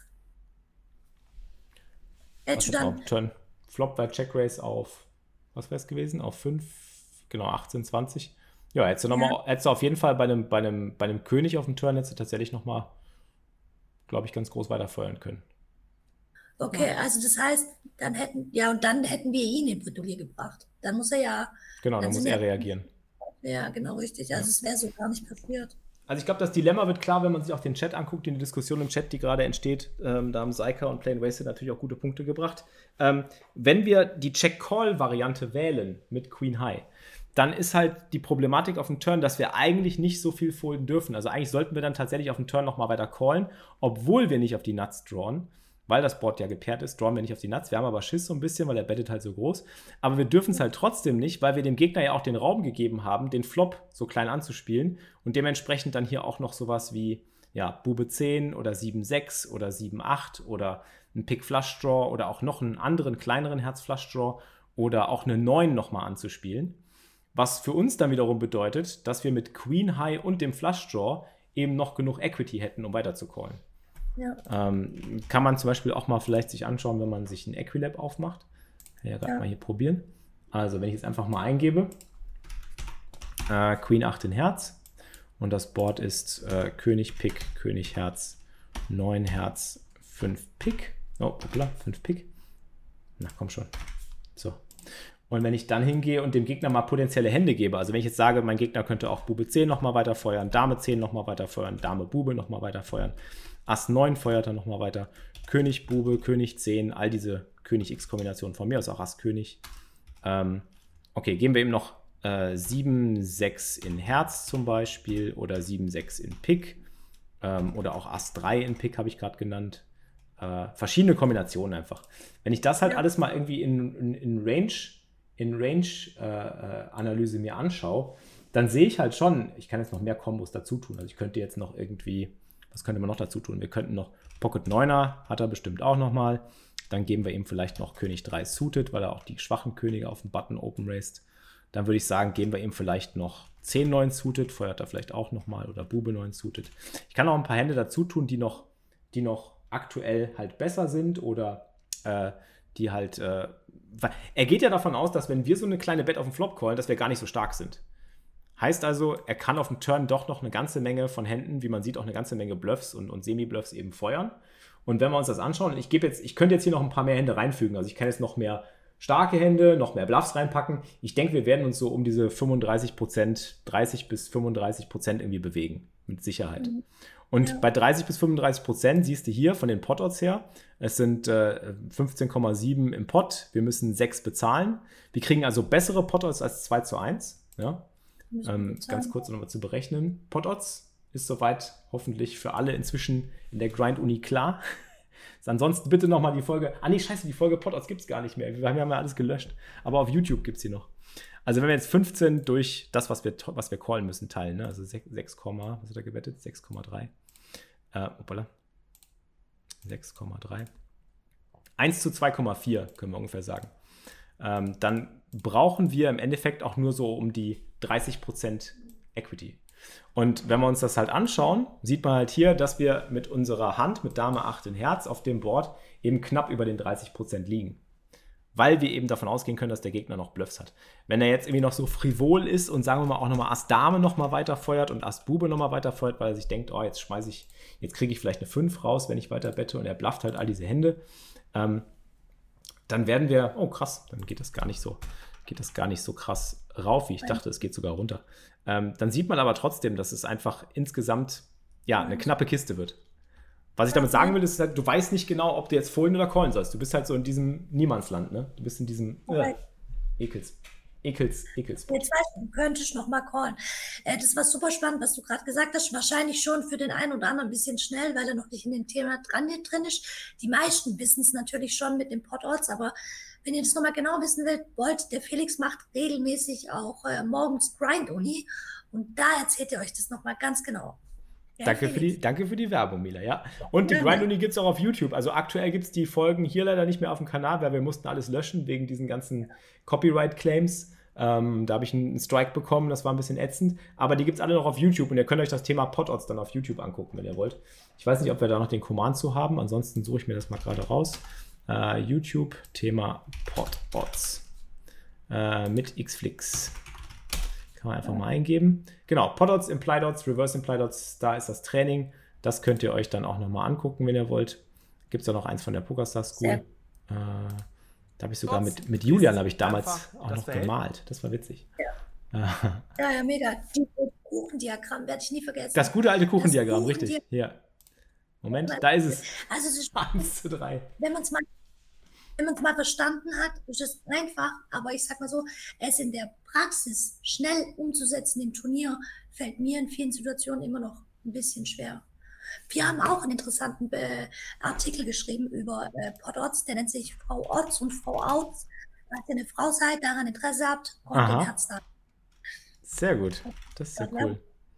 Was dann Turn Flop bei Check Raise auf, was wäre es gewesen? Auf fünf, genau, achtzehn, zwanzig. Ja, hättest du, noch ja. mal, hättest du auf jeden Fall bei einem, bei, einem, bei einem König auf dem Turn hättest du tatsächlich nochmal, glaube ich, ganz groß weiterfeuern können. Okay, ja. Also das heißt, dann hätten, ja, und dann hätten wir ihn in Bredouille gebracht. Dann muss er ja... Genau, dann, dann muss er reagieren. Ja, genau, richtig. Also ja. Es wäre so gar nicht passiert. Also ich glaube, das Dilemma wird klar, wenn man sich auch den Chat anguckt, die Diskussion im Chat, die gerade entsteht. Ähm, da haben Saika und Plain Wasted natürlich auch gute Punkte gebracht. Ähm, wenn wir die Check-Call-Variante wählen mit Queen High, dann ist halt die Problematik auf dem Turn, dass wir eigentlich nicht so viel folden dürfen. Also eigentlich sollten wir dann tatsächlich auf dem Turn nochmal weiter callen, obwohl wir nicht auf die Nuts drawn, weil das Board ja gepaart ist, drawn wir nicht auf die Nuts. Wir haben aber Schiss so ein bisschen, weil er bettet halt so groß. Aber wir dürfen es halt trotzdem nicht, weil wir dem Gegner ja auch den Raum gegeben haben, den Flop so klein anzuspielen und dementsprechend dann hier auch noch sowas wie ja, Bube zehn oder sieben sechs oder sieben acht oder ein Pick Flush Draw oder auch noch einen anderen kleineren Herz Flush Draw oder auch eine neun nochmal anzuspielen. Was für uns dann wiederum bedeutet, dass wir mit Queen High und dem Flush Draw eben noch genug Equity hätten, um weiter zu callen. Ja. Ähm, kann man zum Beispiel auch mal vielleicht sich anschauen, wenn man sich ein Equilab aufmacht. Kann ich ja gerade ja. mal hier probieren. Also wenn ich jetzt einfach mal eingebe, äh, Queen acht in Herz und das Board ist äh, König Pik, König Herz, neun Herz, fünf Pik. Oh, hoppla, fünf Pik. Na, komm schon. So. Und wenn ich dann hingehe und dem Gegner mal potenzielle Hände gebe, also wenn ich jetzt sage, mein Gegner könnte auch Bube zehn nochmal weiter feuern, Dame zehn nochmal weiter feuern, Dame Bube nochmal weiter feuern, Ass neun feuert er nochmal weiter, König Bube, König zehn, all diese König-X-Kombinationen von mir aus, auch Ass König. Ähm, okay, geben wir ihm noch äh, sieben sechs in Herz zum Beispiel oder sieben sechs in Pik ähm, oder auch Ass drei in Pik habe ich gerade genannt. Äh, verschiedene Kombinationen einfach. Wenn ich das halt ja. alles mal irgendwie in, in, in Range in Range-Analyse äh, mir anschaue, dann sehe ich halt schon, ich kann jetzt noch mehr Kombos dazu tun. Also ich könnte jetzt noch irgendwie, was könnte man noch dazu tun? Wir könnten noch Pocket neuner, hat er bestimmt auch nochmal. Dann geben wir ihm vielleicht noch König drei suited, weil er auch die schwachen Könige auf dem Button open raised. Dann würde ich sagen, geben wir ihm vielleicht noch zehn neun suited, feuert er vielleicht auch nochmal oder Bube neun suited. Ich kann auch ein paar Hände dazu tun, die noch, die noch aktuell halt besser sind oder äh, die halt, äh, er geht ja davon aus, dass wenn wir so eine kleine Bet auf dem Flop callen, dass wir gar nicht so stark sind. Heißt also, er kann auf dem Turn doch noch eine ganze Menge von Händen, wie man sieht, auch eine ganze Menge Bluffs und, und Semi-Bluffs eben feuern. Und wenn wir uns das anschauen, ich gebe jetzt, ich könnte jetzt hier noch ein paar mehr Hände reinfügen. Also ich kann jetzt noch mehr starke Hände, noch mehr Bluffs reinpacken. Ich denke, wir werden uns so um diese fünfunddreißig Prozent, dreißig bis fünfunddreißig Prozent irgendwie bewegen. Mit Sicherheit. Mhm. Und ja. bei dreißig bis fünfunddreißig Prozent siehst du hier von den Pot-Odds her, es sind äh, fünfzehn Komma sieben im Pot. Wir müssen sechs bezahlen. Wir kriegen also bessere Pot-Odds als zwei zu eins. Ja? Ähm, ganz kurz nochmal zu berechnen. Pot-Odds ist soweit hoffentlich für alle inzwischen in der Grind-Uni klar. Ansonsten bitte nochmal die Folge. Ah nee, scheiße, die Folge Pot-Odds gibt es gar nicht mehr. Wir haben ja alles gelöscht. Aber auf YouTube gibt es sie noch. Also wenn wir jetzt fünfzehn durch das, was wir, was wir callen müssen, teilen, ne? Also sechs, was hat er gewettet? sechs Komma drei. Äh, opala. sechs Komma drei. eins zu zwei Komma vier, können wir ungefähr sagen. Ähm, dann brauchen wir im Endeffekt auch nur so um die dreißig Prozent Equity. Und wenn wir uns das halt anschauen, sieht man halt hier, dass wir mit unserer Hand, mit Dame acht in Herz auf dem Board eben knapp über den dreißig Prozent liegen. Weil wir eben davon ausgehen können, dass der Gegner noch Bluffs hat. Wenn er jetzt irgendwie noch so frivol ist und sagen wir mal auch nochmal Ass-Dame nochmal weiter feuert und Ass-Bube nochmal weiter feuert, weil er sich denkt, oh, jetzt schmeiße ich, jetzt kriege ich vielleicht eine fünf raus, wenn ich weiter bette und er blufft halt all diese Hände, ähm, dann werden wir, oh krass, dann geht das gar nicht so, geht das gar nicht so krass rauf, wie ich dachte, es geht sogar runter. Ähm, dann sieht man aber trotzdem, dass es einfach insgesamt, ja, eine knappe Kiste wird. Was ich damit sagen will, ist halt, du weißt nicht genau, ob du jetzt folden oder callen sollst. Du bist halt so in diesem Niemandsland, ne? Du bist in diesem äh, Ekels, Ekels, Ekels. Jetzt weißt du, du könntest noch mal callen. Äh, das war super spannend, was du gerade gesagt hast. Wahrscheinlich schon für den einen oder anderen ein bisschen schnell, weil er noch nicht in dem Thema dran drin ist. Die meisten wissen es natürlich schon mit den Pot-Odds, aber wenn ihr das noch mal genau wissen wollt, der Felix macht regelmäßig auch äh, morgens Grind-Uni und da erzählt ihr euch das noch mal ganz genau. Ja, danke, für die, danke für die Werbung, Mila, ja. Und die Grind-Uni gibt es auch auf YouTube. Also aktuell gibt es die Folgen hier leider nicht mehr auf dem Kanal, weil wir mussten alles löschen wegen diesen ganzen Copyright-Claims. Ähm, da habe ich einen Strike bekommen, das war ein bisschen ätzend. Aber die gibt es alle noch auf YouTube und ihr könnt euch das Thema Pot-Odds dann auf YouTube angucken, wenn ihr wollt. Ich weiß nicht, ob wir da noch den Command zu haben, ansonsten suche ich mir das mal gerade raus. Uh, YouTube, Thema Pot-Odds uh, mit Xflix. Kann man einfach ja. mal eingeben. Genau, Pot-Odds, Implied Odds, Reverse Implied Odds, da ist das Training. Das könnt ihr euch dann auch nochmal angucken, wenn ihr wollt. Gibt es ja noch eins von der PokerStars School. Uh, da habe ich sogar mit, mit Julian habe ich damals auch noch gemalt. Das war witzig. Ja, uh. ja, ja, mega. Das Kuchendiagramm werde ich nie vergessen. Das gute alte Kuchendiagramm, das richtig. Ja. Moment, da ist es. Also es ist eins zu drei. Wenn man es mal, wenn man es mal verstanden hat, ist es einfach, aber ich sag mal so, es in der Praxis schnell umzusetzen im Turnier, fällt mir in vielen Situationen immer noch ein bisschen schwer. Wir haben auch einen interessanten äh, Artikel geschrieben über äh, Pot-Odds, der nennt sich Frau Odds und Frau Outs. Falls ihr eine Frau seid, daran Interesse habt, kommt den Herz da. Sehr gut, das ist ja cool.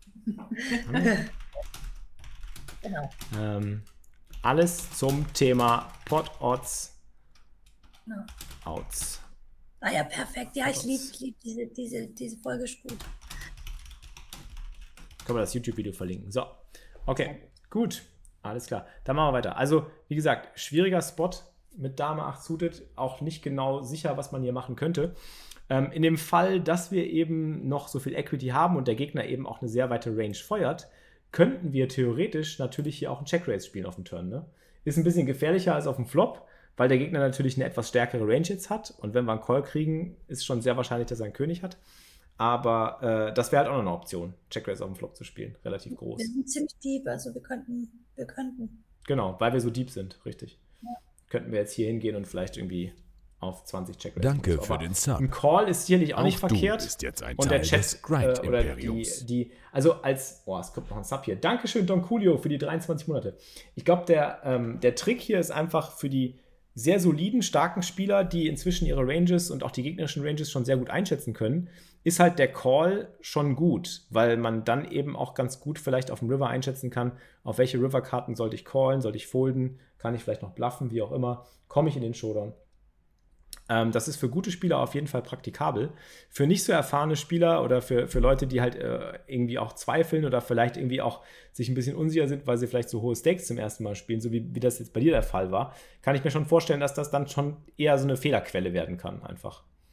Genau. Ähm, alles zum Thema Pot-Odds. Ja. Outs. Ah ja, perfekt. Ja, ich liebe lieb diese, diese, diese Folge, ist gut. Können wir das YouTube-Video verlinken. So, okay, gut. Alles klar. Dann machen wir weiter. Also, wie gesagt, schwieriger Spot mit Dame acht suited. Auch nicht genau sicher, was man hier machen könnte. Ähm, in dem Fall, dass wir eben noch so viel Equity haben und der Gegner eben auch eine sehr weite Range feuert, könnten wir theoretisch natürlich hier auch einen Check-Raise spielen auf dem Turn. Ne? Ist ein bisschen gefährlicher als auf dem Flop, weil der Gegner natürlich eine etwas stärkere Range jetzt hat. Und wenn wir einen Call kriegen, ist schon sehr wahrscheinlich, dass er einen König hat. Aber äh, das wäre halt auch noch eine Option, Check-Raise auf dem Flop zu spielen. Relativ groß. Wir sind ziemlich deep, also wir könnten, wir könnten. Genau, weil wir so deep sind, richtig. Ja. Könnten wir jetzt hier hingehen und vielleicht irgendwie auf zwanzig Check-Raise. Danke für den Sub. Ein Call ist sicherlich auch, auch nicht verkehrt. Ist jetzt ein und Teil der Chat des Grind äh, oder die, die, also als, oh, es kommt noch ein Sub hier. Dankeschön, Don Coolio, für die dreiundzwanzig Monate. Ich glaube, der, ähm, der Trick hier ist einfach für die sehr soliden, starken Spieler, die inzwischen ihre Ranges und auch die gegnerischen Ranges schon sehr gut einschätzen können, ist halt der Call schon gut, weil man dann eben auch ganz gut vielleicht auf dem River einschätzen kann, auf welche River-Karten sollte ich callen, sollte ich folden, kann ich vielleicht noch bluffen, wie auch immer, komme ich in den Showdown. Ähm, das ist für gute Spieler auf jeden Fall praktikabel. Für nicht so erfahrene Spieler oder für, für Leute, die halt äh, irgendwie auch zweifeln oder vielleicht irgendwie auch sich ein bisschen unsicher sind, weil sie vielleicht so hohe Stakes zum ersten Mal spielen, so wie, wie das jetzt bei dir der Fall war, kann ich mir schon vorstellen, dass das dann schon eher so eine Fehlerquelle werden kann einfach.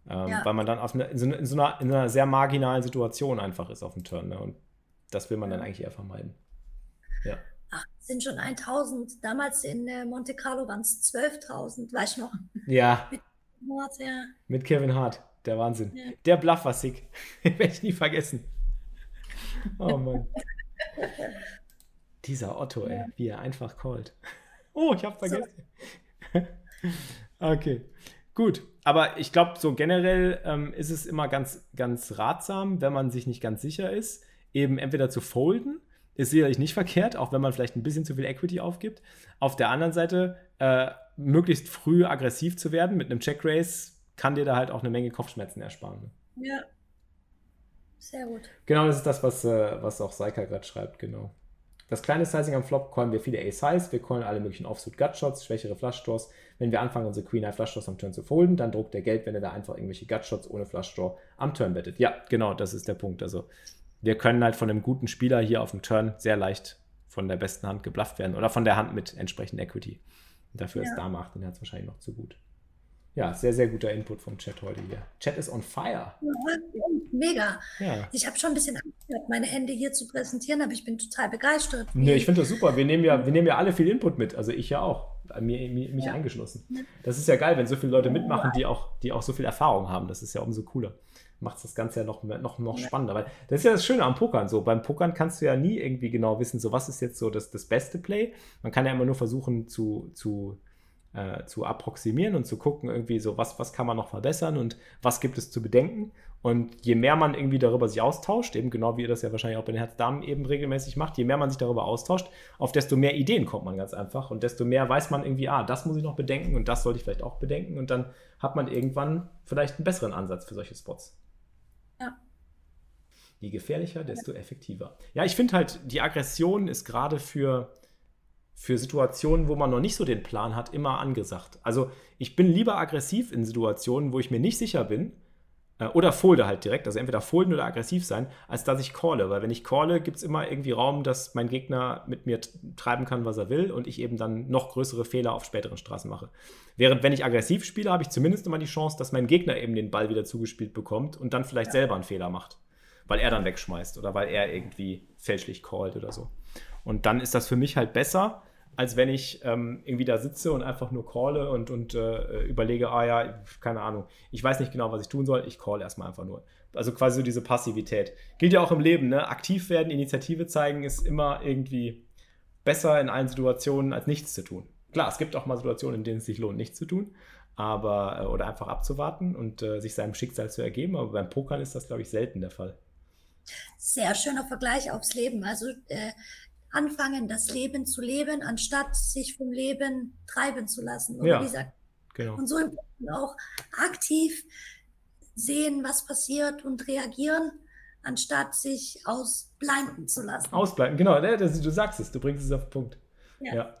Ähm, Ja. Weil man dann auf eine, in, so, in, so einer, in einer sehr marginalen Situation einfach ist auf dem Turn. Ne? Und das will man dann eigentlich eher vermeiden. Ja. Ach, es sind schon tausend. Damals in äh, Monte Carlo waren es zwölftausend, weißt du noch? Ja, Mit, ja. mit Kevin Hart. Der Wahnsinn. Ja. Der Bluff war sick. Werde ich nie vergessen. Oh Mann. Dieser Otto, ey, wie er einfach callt. Oh, ich hab's vergessen. Okay, gut. Aber ich glaube, so generell ähm, ist es immer ganz, ganz ratsam, wenn man sich nicht ganz sicher ist, eben entweder zu folden, ist sicherlich nicht verkehrt, auch wenn man vielleicht ein bisschen zu viel Equity aufgibt. Auf der anderen Seite, äh, möglichst früh aggressiv zu werden mit einem Check-Raise, kann dir da halt auch eine Menge Kopfschmerzen ersparen. Ne? Ja. Sehr gut. Genau, das ist das, was, äh, was auch Saika gerade schreibt, genau. Das kleine Sizing am Flop callen wir viele Ace-Highs, wir callen alle möglichen Offsuit-Gutshots, schwächere Flush-Draws. Wenn wir anfangen, unsere Queen-High-Flush-Draws am Turn zu folden, dann druckt der Geld, wenn er da einfach irgendwelche Gutshots ohne Flush-Draw am Turn bettet. Ja, genau, das ist der Punkt. Also wir können halt von einem guten Spieler hier auf dem Turn sehr leicht von der besten Hand geblufft werden oder von der Hand mit entsprechend Equity. Und dafür Ja. ist Dame acht den Herz wahrscheinlich noch zu gut. Ja, sehr, sehr guter Input vom Chat heute hier. Chat ist on fire. Ja, mega. Ja. Ich habe schon ein bisschen Angst gehabt, meine Hände hier zu präsentieren, aber ich bin total begeistert. Nee, ich finde das super. Wir nehmen, ja, wir nehmen ja alle viel Input mit. Also ich ja auch. Mir, mir, mich Ja. eingeschlossen. Das ist ja geil, wenn so viele Leute mitmachen, die auch, die auch so viel Erfahrung haben. Das ist ja umso cooler. Macht das Ganze ja noch, noch, noch spannender. Weil das ist ja das Schöne am Pokern. So, beim Pokern kannst du ja nie irgendwie genau wissen, so was ist jetzt so das, das beste Play. Man kann ja immer nur versuchen zu, zu, äh, zu approximieren und zu gucken, irgendwie so, was, was kann man noch verbessern und was gibt es zu bedenken. Und je mehr man irgendwie darüber sich austauscht, eben genau wie ihr das ja wahrscheinlich auch bei den Herz-Damen eben regelmäßig macht, je mehr man sich darüber austauscht, auf desto mehr Ideen kommt man ganz einfach. Und desto mehr weiß man irgendwie, ah, das muss ich noch bedenken und das sollte ich vielleicht auch bedenken. Und dann hat man irgendwann vielleicht einen besseren Ansatz für solche Spots. Ja. Je gefährlicher, desto effektiver. Ja, ich finde halt, die Aggression ist gerade für, für Situationen, wo man noch nicht so den Plan hat, immer angesagt. Also ich bin lieber aggressiv in Situationen, wo ich mir nicht sicher bin, äh, oder folde halt direkt, also entweder folden oder aggressiv sein, als dass ich calle. Weil wenn ich calle, gibt es immer irgendwie Raum, dass mein Gegner mit mir t- treiben kann, was er will und ich eben dann noch größere Fehler auf späteren Straßen mache. Während wenn ich aggressiv spiele, habe ich zumindest immer die Chance, dass mein Gegner eben den Ball wieder zugespielt bekommt und dann vielleicht selber einen Fehler macht, weil er dann wegschmeißt oder weil er irgendwie fälschlich callt oder so. Und dann ist das für mich halt besser, als wenn ich ähm, irgendwie da sitze und einfach nur calle und, und äh, überlege, ah ja, keine Ahnung, ich weiß nicht genau, was ich tun soll, ich call erstmal einfach nur. Also quasi so diese Passivität. Gilt ja auch im Leben, ne? Aktiv werden, Initiative zeigen ist immer irgendwie besser in allen Situationen, als nichts zu tun. Klar, es gibt auch mal Situationen, in denen es sich lohnt, nichts zu tun, aber äh, oder einfach abzuwarten und äh, sich seinem Schicksal zu ergeben, aber beim Pokern ist das, glaube ich, selten der Fall. Sehr schöner Vergleich aufs Leben. Also äh, anfangen, das Leben zu leben, anstatt sich vom Leben treiben zu lassen. Oder Ja, wie gesagt, genau. und so im Prinzip auch aktiv sehen, was passiert und reagieren, anstatt sich ausblenden zu lassen. Ausbleiben, genau, ne, das, du sagst es, du bringst es auf den Punkt. Ja. Ja,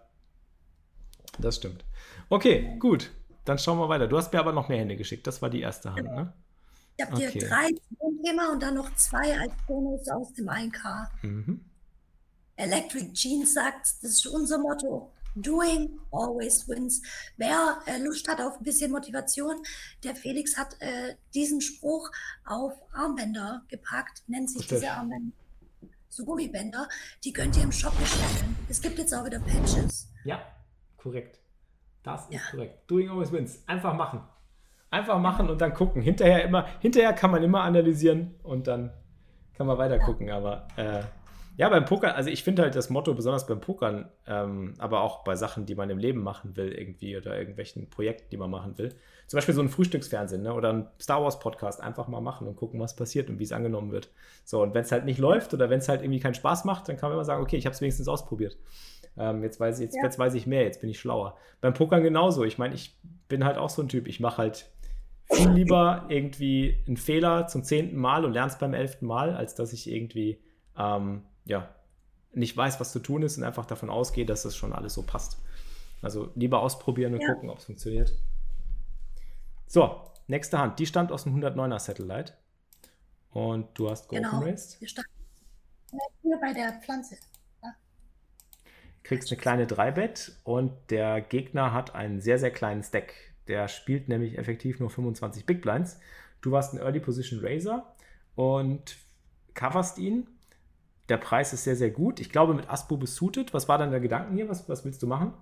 das stimmt. Okay, gut, dann schauen wir weiter. Du hast mir aber noch mehr Hände geschickt, das war die erste Hand, ne? Ich habe Okay. dir drei zum Thema und dann noch zwei als Bonus aus dem eins K. Mhm. Electric Jeans sagt, das ist unser Motto. Doing always wins. Wer äh, Lust hat auf ein bisschen Motivation, der Felix hat äh, diesen Spruch auf Armbänder gepackt, nennt sich Richtig. diese Armbänder. So Gummibänder, die könnt ihr im Shop bestellen. Es gibt jetzt auch wieder Patches. Ja, korrekt. Das ist Ja. korrekt. Doing always wins. Einfach machen. Einfach machen und dann gucken. Hinterher immer, hinterher kann man immer analysieren und dann kann man weiter gucken. Aber äh, ja, beim Pokern, also ich finde halt das Motto, besonders beim Pokern, ähm, aber auch bei Sachen, die man im Leben machen will, irgendwie oder irgendwelchen Projekten, die man machen will. Zum Beispiel so ein Frühstücksfernsehen, ne? Oder ein Star Wars Podcast, einfach mal machen und gucken, was passiert und wie es angenommen wird. So, und wenn es halt nicht läuft oder wenn es halt irgendwie keinen Spaß macht, dann kann man immer sagen, okay, ich habe es wenigstens ausprobiert. Ähm, jetzt, weiß ich, jetzt, Ja. jetzt weiß ich mehr, jetzt bin ich schlauer. Beim Pokern genauso. Ich meine, ich bin halt auch so ein Typ, ich mache halt viel lieber irgendwie einen Fehler zum zehnten Mal und lerne es beim elften Mal, als dass ich irgendwie ähm, ja, nicht weiß, was zu tun ist und einfach davon ausgehe, dass das schon alles so passt. Also lieber ausprobieren und Ja. gucken, ob es funktioniert. So, nächste Hand. Die stammt aus dem hundertneuner Satellite. Und du hast Go Genau. Open Raised. Wir standen hier bei der Pflanze. Kriegst eine kleine drei Bet und der Gegner hat einen sehr, sehr kleinen Stack. Der spielt nämlich effektiv nur fünfundzwanzig Big Blinds. Du warst ein Early Position Raiser und coverst ihn. Der Preis ist sehr, sehr gut. Ich glaube, mit Ass-Bube suited. Was war dann der Gedanken hier? Was, was willst du machen?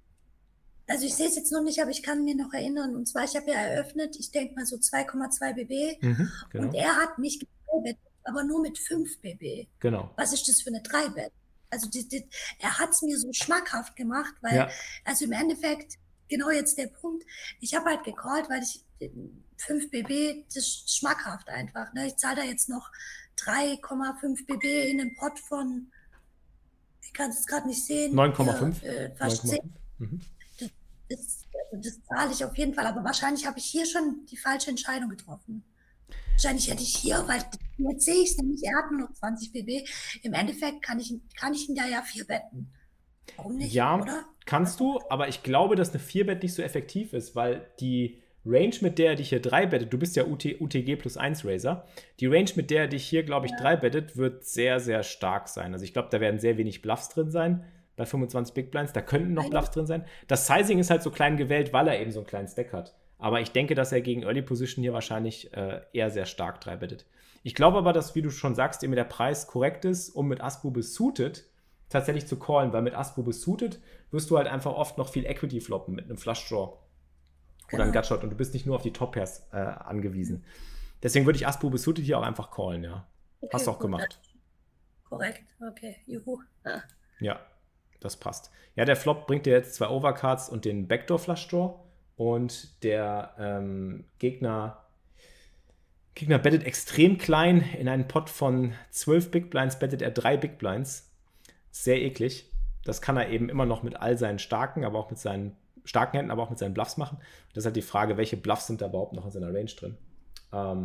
Also ich sehe es jetzt noch nicht, aber ich kann mir noch erinnern. Und zwar, ich habe ja eröffnet, ich denke mal so zwei Komma zwei B B. Mhm, genau. Und er hat mich gedreibettet, aber nur mit fünf B B. Genau. Was ist das für eine Dreibett? Also die, die, er hat es mir so schmackhaft gemacht, weil, Ja. also im Endeffekt, genau jetzt der Punkt, ich habe halt gecallt, weil ich fünf B B, das ist schmackhaft einfach. Ne? Ich zahle da jetzt noch drei Komma fünf B B in einem Pot von, ich kann es gerade nicht sehen. neun Komma fünf. Äh, fast zehn. Mhm. Das, das, das zahle ich auf jeden Fall, aber wahrscheinlich habe ich hier schon die falsche Entscheidung getroffen. Wahrscheinlich hätte ich hier, weil jetzt sehe ich es nämlich, er hat nur noch zwanzig B B. Im Endeffekt kann ich, kann ich ihn da ja vier betten. Warum nicht, Ja, oder? kannst du, aber ich glaube, dass eine vier Bet nicht so effektiv ist, weil die Range, mit der er dich hier drei bettet, du bist ja U T, U T G plus eins Raiser, die Range, mit der er dich hier, glaube ich, drei bettet, wird sehr, sehr stark sein. Also ich glaube, da werden sehr wenig Bluffs drin sein bei fünfundzwanzig Big Blinds. Da könnten noch Bluffs drin sein. Das Sizing ist halt so klein gewählt, weil er eben so einen kleinen Stack hat. Aber ich denke, dass er gegen Early Position hier wahrscheinlich äh, eher sehr stark drei bettet. Ich glaube aber, dass, wie du schon sagst, eben der Preis korrekt ist, um mit Ass-Bube suited tatsächlich zu callen, weil mit Ass-Bube suited wirst du halt einfach oft noch viel Equity floppen mit einem Flush-Draw oder einem Gutshot und du bist nicht nur auf die Top-Pairs äh, angewiesen. Deswegen würde ich Ass-Bube suited hier auch einfach callen, ja. Okay, Hast du auch gut, gemacht. Korrekt, okay, juhu. Ja. Ja, das passt. Ja, der Flop bringt dir jetzt zwei Overcards und den Backdoor-Flush-Draw und der ähm, Gegner Gegner bettet extrem klein. In einen Pot von zwölf Big Blinds bettet er drei Big Blinds. Sehr eklig. Das kann er eben immer noch mit all seinen starken, aber auch mit seinen starken Händen, aber auch mit seinen Bluffs machen. Das ist halt die Frage, welche Bluffs sind da überhaupt noch in seiner Range drin. Ähm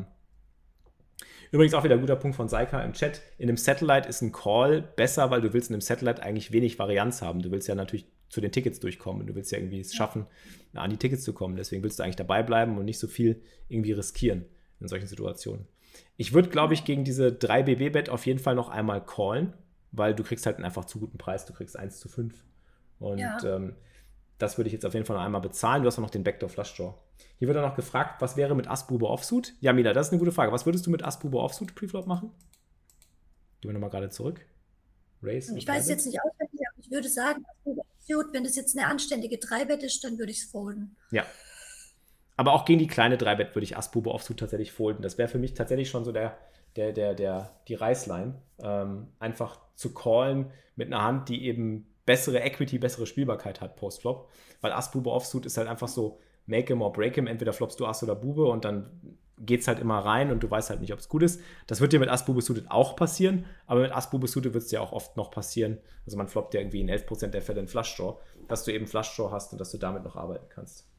Übrigens auch wieder ein guter Punkt von Saika im Chat. In einem Satellite ist ein Call besser, weil du willst in einem Satellite eigentlich wenig Varianz haben. Du willst ja natürlich zu den Tickets durchkommen. Du willst ja irgendwie es schaffen, an die Tickets zu kommen. Deswegen willst du eigentlich dabei bleiben und nicht so viel irgendwie riskieren in solchen Situationen. Ich würde, glaube ich, gegen diese drei B B-Bet auf jeden Fall noch einmal callen, weil du kriegst halt einen einfach zu guten Preis. Du kriegst eins zu fünf. Und Ja. ähm, das würde ich jetzt auf jeden Fall noch einmal bezahlen. Du hast auch noch den Backdoor Flush Draw. Hier wird auch noch gefragt, was wäre mit Ass-Bube Offsuit? Ja, Mila, das ist eine gute Frage. Was würdest du mit Ass-Bube Offsuit Preflop machen? Gehen wir nochmal gerade zurück. Race. Ich weiß es jetzt nicht auswendig, aber ich würde sagen, wenn das jetzt eine anständige Dreibett ist, dann würde ich es folden. Ja. Aber auch gegen die kleine drei Bet würde ich Ass-Bube Offsuit tatsächlich folden. Das wäre für mich tatsächlich schon so der, der, der, der, die Reißlein. Ähm, einfach zu callen mit einer Hand, die eben bessere Equity, bessere Spielbarkeit hat post-Flop. Weil Ass-Bube Offsuit ist halt einfach so make him or break him. Entweder floppst du Ass oder Bube und dann geht's halt immer rein und du weißt halt nicht, ob es gut ist. Das wird dir mit Ass-Bube Suited auch passieren, aber mit Ass-Bube Suited wird es dir auch oft noch passieren. Also man floppt ja irgendwie in elf Prozent der Fälle einen Flush-Draw, dass du eben Flush-Draw hast und dass du damit noch arbeiten kannst.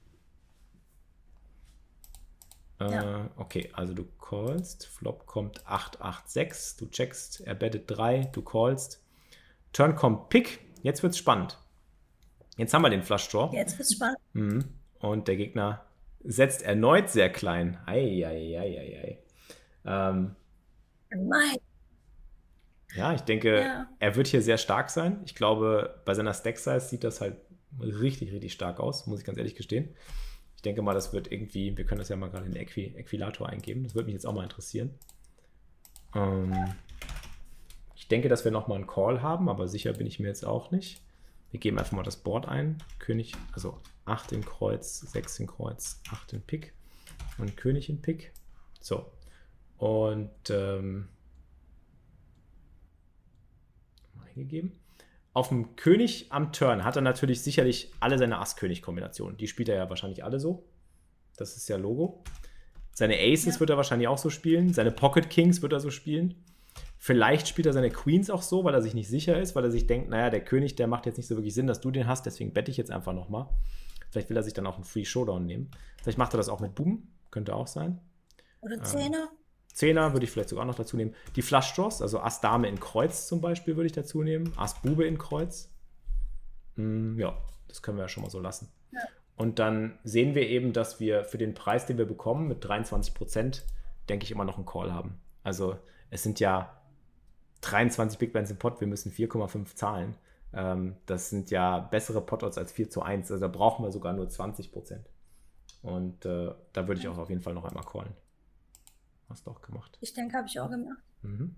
Ja. Äh, okay, also du callst, Flop kommt acht acht sechs, du checkst, er bettet drei, du callst. Turn kommt Pick, jetzt wird's spannend. Jetzt haben wir den Flush-Draw. Jetzt wird's spannend. Mhm. Und der Gegner setzt erneut sehr klein. Eieieiei. Ähm, Nein. ja, ich denke, Ja. er wird hier sehr stark sein. Ich glaube, bei seiner Stack-Size sieht das halt richtig, richtig stark aus, muss ich ganz ehrlich gestehen. Ich denke mal, das wird irgendwie, wir können das ja mal gerade in den Äqui Äquilator eingeben. Das würde mich jetzt auch mal interessieren. Ähm, ich denke, dass wir nochmal einen Call haben, aber sicher bin ich mir jetzt auch nicht. Wir geben einfach mal das Board ein. König, also acht in Kreuz, sechs in Kreuz, acht in Pik und König in Pik. So. Und ähm, mal eingegeben. Auf dem König am Turn hat er natürlich sicherlich alle seine Ass-König-Kombinationen. Die spielt er ja wahrscheinlich alle so. Das ist ja Logo. Seine Aces Ja. wird er wahrscheinlich auch so spielen. Seine Pocket Kings wird er so spielen. Vielleicht spielt er seine Queens auch so, weil er sich nicht sicher ist, weil er sich denkt, naja, der König, der macht jetzt nicht so wirklich Sinn, dass du den hast, deswegen bette ich jetzt einfach nochmal. Vielleicht will er sich dann auch einen Free Showdown nehmen. Vielleicht macht er das auch mit Buben, könnte auch sein. Oder Zehner. Zehner würde ich vielleicht sogar noch dazu nehmen. Die Flush Draws, also Ass Dame in Kreuz zum Beispiel, würde ich dazu nehmen. Ass Bube in Kreuz. Hm, ja, das können wir ja schon mal so lassen. Ja. Und dann sehen wir eben, dass wir für den Preis, den wir bekommen, mit dreiundzwanzig Prozent, denke ich, immer noch einen Call haben. Also es sind ja dreiundzwanzig Big Blinds im Pot, wir müssen vier Komma fünf zahlen. Ähm, das sind ja bessere Pot-Odds als vier zu eins. Also da brauchen wir sogar nur zwanzig Prozent. Und äh, da würde ich auch auf jeden Fall noch einmal callen. Hast du auch gemacht. Ich denke, habe ich auch gemacht. Mhm.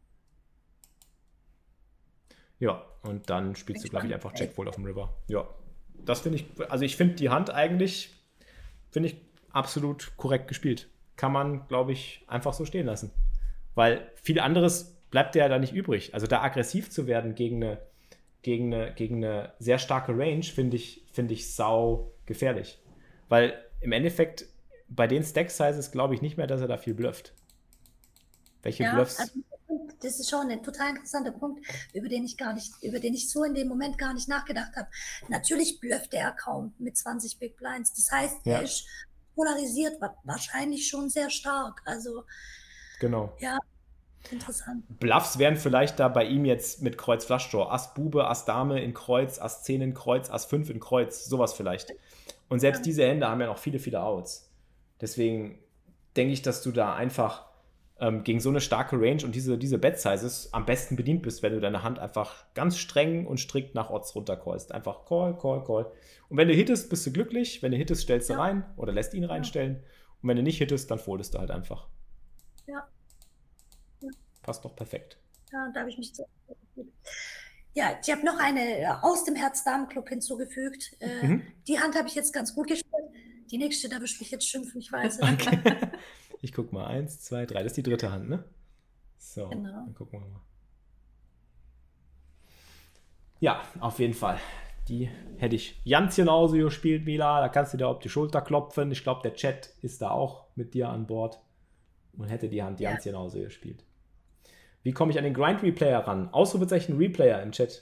Ja, und dann spielst du, glaube ich, einfach Jack Fold auf dem River. Ja, das finde ich, also ich finde die Hand eigentlich, finde ich absolut korrekt gespielt. Kann man, glaube ich, einfach so stehen lassen. Weil viel anderes bleibt ja da nicht übrig. Also da aggressiv zu werden gegen eine, gegen eine, gegen eine sehr starke Range, finde ich, finde ich sau gefährlich. Weil im Endeffekt bei den Stack-Sizes glaube ich nicht mehr, dass er da viel blufft. Welche Ja, Bluffs? also das ist schon ein total interessanter Punkt, über den ich gar nicht, über den ich so in dem Moment gar nicht nachgedacht habe. Natürlich blufft er kaum mit zwanzig Big Blinds. Das heißt, Ja. er ist polarisiert, wa- wahrscheinlich schon sehr stark. Also Genau. ja, interessant. Bluffs wären vielleicht da bei ihm jetzt mit Kreuz Flush Draw. Ass Bube, Ass Dame in Kreuz, Ass zehn in Kreuz, Ass fünf in Kreuz, sowas vielleicht. Und selbst diese Hände haben ja noch viele, viele Outs. Deswegen denke ich, dass du da einfach ähm, gegen so eine starke Range und diese, diese Bet-Sizes am besten bedient bist, wenn du deine Hand einfach ganz streng und strikt nach Odds runtercallst. Einfach Call, Call, Call. Und wenn du hittest, bist du glücklich. Wenn du hittest, stellst du Ja. rein oder lässt ihn reinstellen. Und wenn du nicht hittest, dann foldest du halt einfach. Ja. Ja. Passt doch perfekt. Ja, da habe ich mich zu. Ja, ich habe noch eine äh, aus dem Herz-Damen-Club hinzugefügt. Äh, Mhm. Die Hand habe ich jetzt ganz gut gespielt. Die nächste, da wirst du mich jetzt schimpfen, ich weiß. Okay. Ich guck mal. Eins, zwei, drei. Das ist die dritte Hand, ne? So, Genau. dann gucken wir mal. Ja, auf jeden Fall. Die hätte ich ganz genauso gespielt, Mila. Da kannst du dir auf die Schulter klopfen. Ich glaube, der Chat ist da auch mit dir an Bord und hätte die Hand Ja. ganz genauso gespielt. Wie komme ich an den Grind-Replayer ran? Ausrufezeichen Replayer im Chat.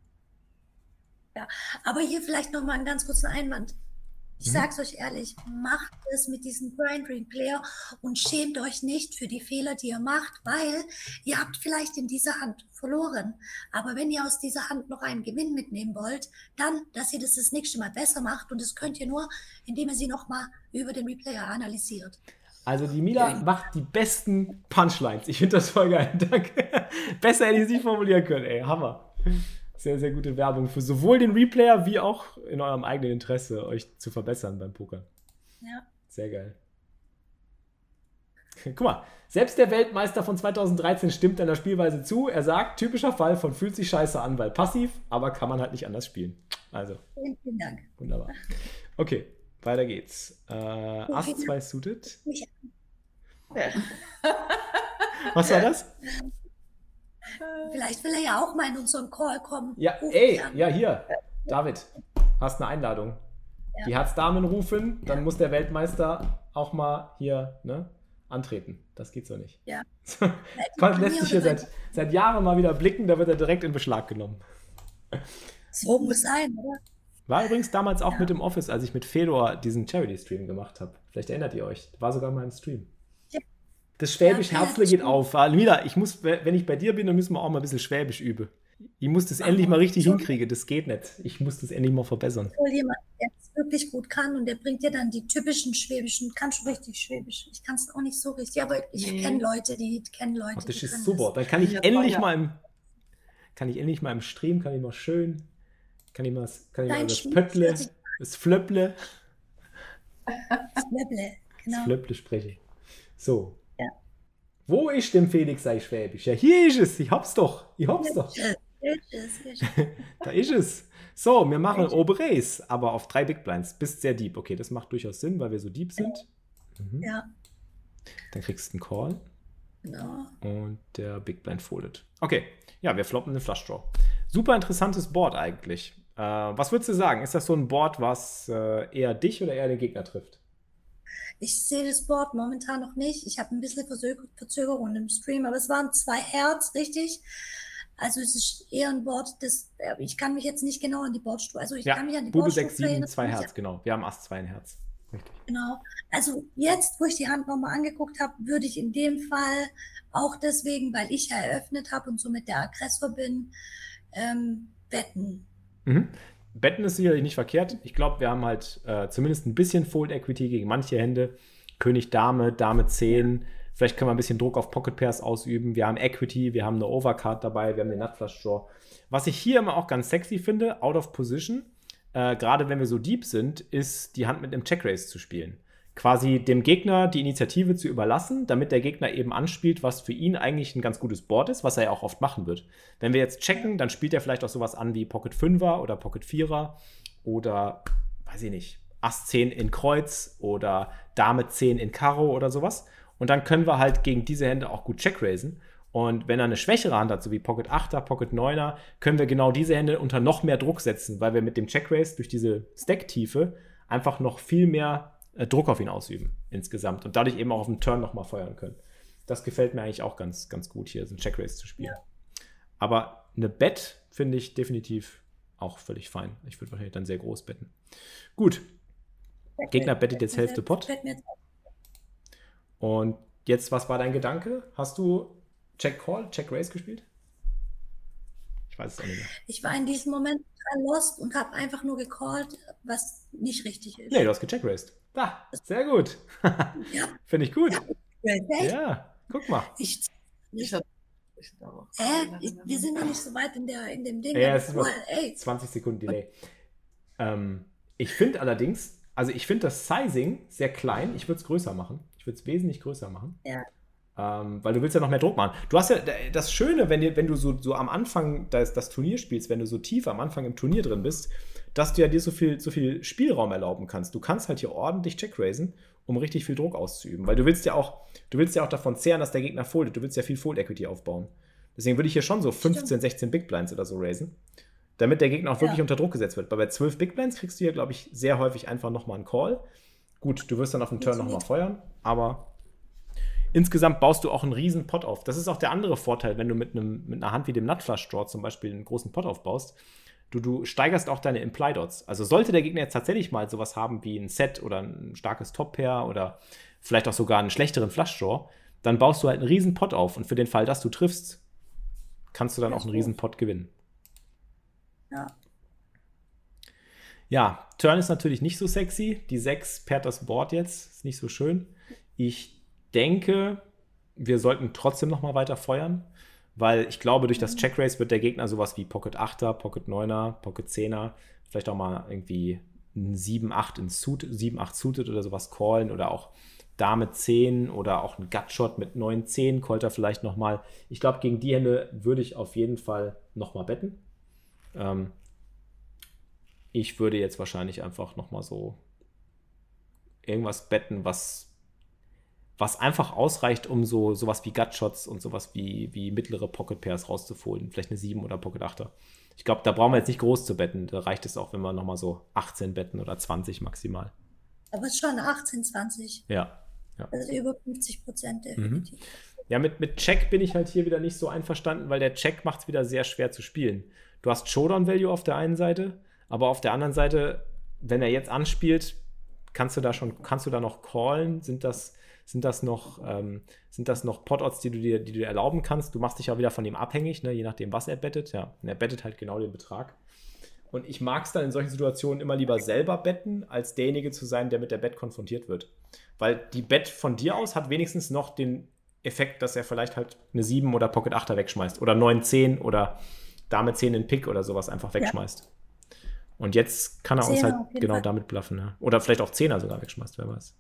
Aber hier vielleicht noch mal einen ganz kurzen Einwand. Ich Mhm. sag's euch ehrlich, macht es mit diesem Grind Replayer und schämt euch nicht für die Fehler, die ihr macht, weil ihr habt vielleicht in dieser Hand verloren. Aber wenn ihr aus dieser Hand noch einen Gewinn mitnehmen wollt, dann, dass ihr das das nächste Mal besser macht und das könnt ihr nur, indem ihr sie noch mal über den Replayer analysiert. Also die Mila macht die besten Punchlines. Ich finde das voll geil. Danke. Besser hätte ich sie formulieren können, ey. Hammer. Sehr, sehr gute Werbung für sowohl den Replayer wie auch in eurem eigenen Interesse, euch zu verbessern beim Pokern. Ja. Sehr geil. Guck mal, selbst der Weltmeister von zweitausenddreizehn stimmt deiner Spielweise zu. Er sagt, typischer Fall von fühlt sich scheiße an, weil passiv, aber kann man halt nicht anders spielen. Also, Vielen, vielen Dank. wunderbar. Okay, weiter geht's. Äh, Ass zwei suited. Mich- Was war das? Vielleicht will er ja auch mal in unseren Call kommen. Ja, Ruft ey, mich an. ja, hier. David, hast eine Einladung. Ja. Die Herz-Damen rufen, dann muss der Weltmeister auch mal hier ne, antreten. Das geht so nicht. Ja. Colin lässt sich hier seit, seit Jahren mal wieder blicken, da wird er direkt in Beschlag genommen. So muss sein, oder? War übrigens damals auch mit im Office, als ich mit Fedor diesen Charity-Stream gemacht habe. Vielleicht erinnert ihr euch. War sogar mal im Stream. Ja. Das Schwäbisch Ja, Herzle das geht stimmt. auf. Ah, Mila, ich muss, wenn ich bei dir bin, dann müssen wir auch mal ein bisschen Schwäbisch üben. Ich muss das endlich mal richtig so. hinkriegen. Das geht nicht. Ich muss das endlich mal verbessern. Hol jemand, der es wirklich gut kann und der bringt dir dann die typischen Schwäbischen, kann schon richtig Schwäbisch. Ich kann es auch nicht so richtig, aber ich Nee. kenne Leute, die kennen Leute, Ach, das die ist können super. Dann kann ich Ja, endlich toll, ja. mal im, kann ich endlich mal im Stream, kann ich mal schön, kann ich mal, kann ich mal Dein das Schmied Pöttle, hört sich- das Flöpple, Das Blöble, das genau. Flöpple spreche. So. Ja. Wo ist denn Felix sei Schwäbisch? Ja, hier ist es. Ich hab's doch. Ich hab's doch. Da ist es. So, wir machen Oberes, aber auf drei Big Blinds. Bist sehr deep. Okay, das macht durchaus Sinn, weil wir so deep sind. Mhm. Ja, Dann kriegst du einen Call genau. und der Big Blind foldet. Okay, ja, wir floppen eine Flush Draw. Super interessantes Board eigentlich. Äh, was würdest du sagen? Ist das so ein Board, was äh, eher dich oder eher den Gegner trifft? Ich sehe das Board momentan noch nicht. Ich habe ein bisschen Verzöger Verzögerung im Stream, aber es waren zwei Herz, richtig? Also es ist eher ein Board, das, äh, ich kann mich jetzt nicht genau an die Boardstruktur, also ich Ja, kann mich an die Bube Boardstruktur sechs, sieben, erinnern. zwei Herz, genau. Wir haben Ass zwei ein Herz. Richtig. Genau. Also jetzt, wo ich die Hand nochmal angeguckt habe, würde ich in dem Fall auch deswegen, weil ich ja eröffnet habe und somit der Aggressor bin, ähm, wetten. Mhm. Betten ist sicherlich nicht verkehrt. Ich glaube, wir haben halt äh, zumindest ein bisschen Fold Equity gegen manche Hände. König, Dame, Dame zehn. Vielleicht können wir ein bisschen Druck auf Pocket Pairs ausüben. Wir haben Equity, wir haben eine Overcard dabei, wir haben den Nut Flush Draw. Was ich hier immer auch ganz sexy finde, out of position, äh, gerade wenn wir so deep sind, ist die Hand mit einem Checkraise zu spielen. Quasi dem Gegner die Initiative zu überlassen, damit der Gegner eben anspielt, was für ihn eigentlich ein ganz gutes Board ist, was er ja auch oft machen wird. Wenn wir jetzt checken, dann spielt er vielleicht auch sowas an wie Pocket Fünfer oder Pocket Vierer oder, weiß ich nicht, Ass zehn in Kreuz oder Dame zehn in Karo oder sowas. Und dann können wir halt gegen diese Hände auch gut checkraisen. Und wenn er eine schwächere Hand hat, so wie Pocket Achter, Pocket Neuner, können wir genau diese Hände unter noch mehr Druck setzen, weil wir mit dem Checkraise durch diese Stacktiefe einfach noch viel mehr äh, Druck auf ihn ausüben insgesamt und dadurch eben auch auf den Turn nochmal feuern können. Das gefällt mir eigentlich auch ganz, ganz gut, hier so ein Checkraise zu spielen. Ja. Aber eine Bet finde ich definitiv auch völlig fein. Ich würde wahrscheinlich dann sehr groß betten. Gut. Gegner bettet jetzt Hälfte Pot. Und jetzt, was war dein Gedanke? Hast du Check Call, Check Raise gespielt? Ich weiß es auch nicht mehr. Ich war in diesem Moment total lost und habe einfach nur gecallt, was nicht richtig ist. Nee, du hast gecheck raised. Da, sehr gut. Ja. Finde ich gut. Ja, ja, guck mal. Ich, ich, hab, ich äh, ich, wir sind noch nicht so weit in, der, in dem Ding. Ja, es ist mal zwanzig Sekunden Delay. Ähm, ich finde allerdings, also ich finde das Sizing sehr klein. Ich würde es größer machen. Ich würde es wesentlich größer machen. Ja. Ähm, weil du willst ja noch mehr Druck machen. Du hast ja das Schöne, wenn, dir, wenn du so, so am Anfang das, das Turnier spielst, wenn du so tief am Anfang im Turnier drin bist, dass du ja dir so viel, so viel Spielraum erlauben kannst. Du kannst halt hier ordentlich checkraisen, um richtig viel Druck auszuüben. Weil du willst ja auch, du willst ja auch davon zehren, dass der Gegner foldet. Du willst ja viel Fold-Equity aufbauen. Deswegen würde ich hier schon so fünfzehn, sechzehn Big Blinds oder so raisen, damit der Gegner auch wirklich ja. unter Druck gesetzt wird. Weil bei zwölf Big Blinds kriegst du hier, glaube ich, sehr häufig einfach nochmal einen Call. Gut, du wirst dann auf dem Turn nochmal feuern, aber insgesamt baust du auch einen riesen Pot auf. Das ist auch der andere Vorteil, wenn du mit, einem, mit einer Hand wie dem Nutflush Draw zum Beispiel einen großen Pot aufbaust. Du, du steigerst auch deine Implied Odds. Also sollte der Gegner jetzt tatsächlich mal sowas haben wie ein Set oder ein starkes Top-Pair oder vielleicht auch sogar einen schlechteren Flush Draw, dann baust du halt einen riesen Pot auf. Und für den Fall, dass du triffst, kannst du dann auch einen riesen Pot gewinnen. Ja. Ja, Turn ist natürlich nicht so sexy. Die sechs pairt das Board jetzt. Ist nicht so schön. Ich denke, wir sollten trotzdem noch mal weiter feuern, weil ich glaube, durch das Checkraise wird der Gegner sowas wie Pocket Achter, Pocket Neuner, Pocket Zehner, vielleicht auch mal irgendwie ein sieben acht in Suit, sieben acht suited oder sowas callen oder auch Dame zehn oder auch ein Gutshot mit neun zehn callt er vielleicht noch mal. Ich glaube, gegen die Hände würde ich auf jeden Fall noch mal betten. Ähm, ich würde jetzt wahrscheinlich einfach noch mal so irgendwas betten, was was einfach ausreicht, um so sowas wie Gutshots und sowas wie, wie mittlere Pocket Pairs rauszuholen. Vielleicht eine sieben oder Pocket Achter. Ich glaube, da brauchen wir jetzt nicht groß zu betten. Da reicht es auch, wenn wir nochmal so achtzehn betten oder zwanzig maximal. Aber es ist schon achtzehn, zwanzig. Ja. ja. Also über fünfzig Prozent definitiv. Mhm. Ja, mit, mit Check bin ich halt hier wieder nicht so einverstanden, weil der Check macht es wieder sehr schwer zu spielen. Du hast Showdown-Value auf der einen Seite, aber auf der anderen Seite, wenn er jetzt anspielt, kannst du da schon, kannst du da noch callen? Sind das Sind das noch, ähm, sind das noch Pot-Odds, die du dir, die du dir erlauben kannst? Du machst dich ja wieder von ihm abhängig, ne? Je nachdem, was er bettet. Ja, und er bettet halt genau den Betrag. Und ich mag es dann in solchen Situationen immer lieber selber betten, als derjenige zu sein, der mit der Bet konfrontiert wird. Weil die Bet von dir aus hat wenigstens noch den Effekt, dass er vielleicht halt eine sieben oder Pocket Achter wegschmeißt. Oder neun zehn oder Dame zehn in Pick oder sowas einfach wegschmeißt. Ja. Und jetzt kann er uns halt genau Fall. damit bluffen. Ne? Oder vielleicht auch Zehner sogar wegschmeißt, wer weiß.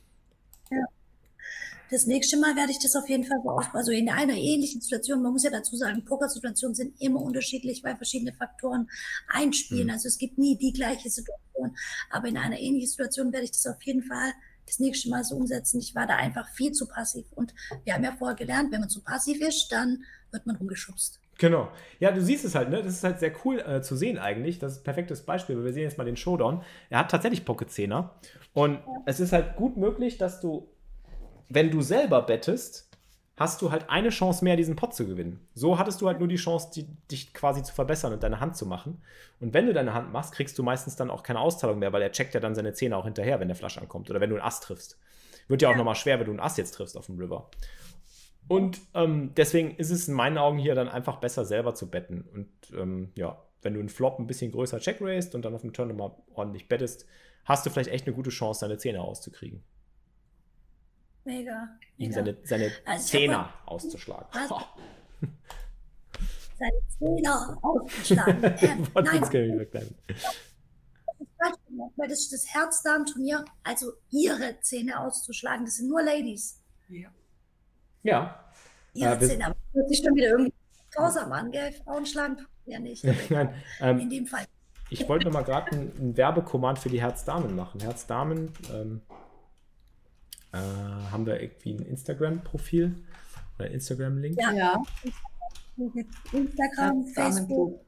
Ja. Das nächste Mal werde ich das auf jeden Fall beobachten. Also in einer ähnlichen Situation, man muss ja dazu sagen, Pokersituationen sind immer unterschiedlich, weil verschiedene Faktoren einspielen. Mhm. Also es gibt nie die gleiche Situation. Aber in einer ähnlichen Situation werde ich das auf jeden Fall das nächste Mal so umsetzen. Ich war da einfach viel zu passiv. Und wir haben ja vorher gelernt, wenn man zu passiv ist, dann wird man rumgeschubst. Genau. Ja, du siehst es halt, ne? Das ist halt sehr cool äh, zu sehen eigentlich. Das ist ein perfektes Beispiel, weil wir sehen jetzt mal den Showdown. Er hat tatsächlich Pocket Zehner. Und ja. es ist halt gut möglich, dass du, wenn du selber bettest, hast du halt eine Chance mehr, diesen Pot zu gewinnen. So hattest du halt nur die Chance, die, dich quasi zu verbessern und deine Hand zu machen. Und wenn du deine Hand machst, kriegst du meistens dann auch keine Auszahlung mehr, weil er checkt ja dann seine Zehner auch hinterher, wenn der Flush ankommt. Oder wenn du einen Ass triffst. Wird ja auch ja. nochmal schwer, wenn du einen Ass jetzt triffst auf dem River. Und ähm, deswegen ist es in meinen Augen hier dann einfach besser, selber zu betten. Und ähm, ja, wenn du einen Flop ein bisschen größer check raised und dann auf dem Turn nochmal ordentlich bettest, hast du vielleicht echt eine gute Chance, deine Zehner auszukriegen. Mega. Ihm mega. seine, seine also Zehner mal, auszuschlagen. Was? Seine Zehner auszuschlagen. ähm, nein. weil das ist das Herz-Damen-Turnier, also ihre Zähne auszuschlagen. Das sind nur Ladies. Ja. Ja. Ihre Äh, wir- Zähne. Aber das hört sich schon wieder irgendwie grausam an, gell? Frauen schlagen ja nicht. aber egal. Nein, ähm, In dem Fall. ich wollte noch mal gerade ein, ein Werbekommand für die Herz-Damen machen. Herz-Damen, ähm, äh, haben wir irgendwie ein Instagram-Profil oder ein Instagram-Link? Ja. Ja. Instagram, Facebook.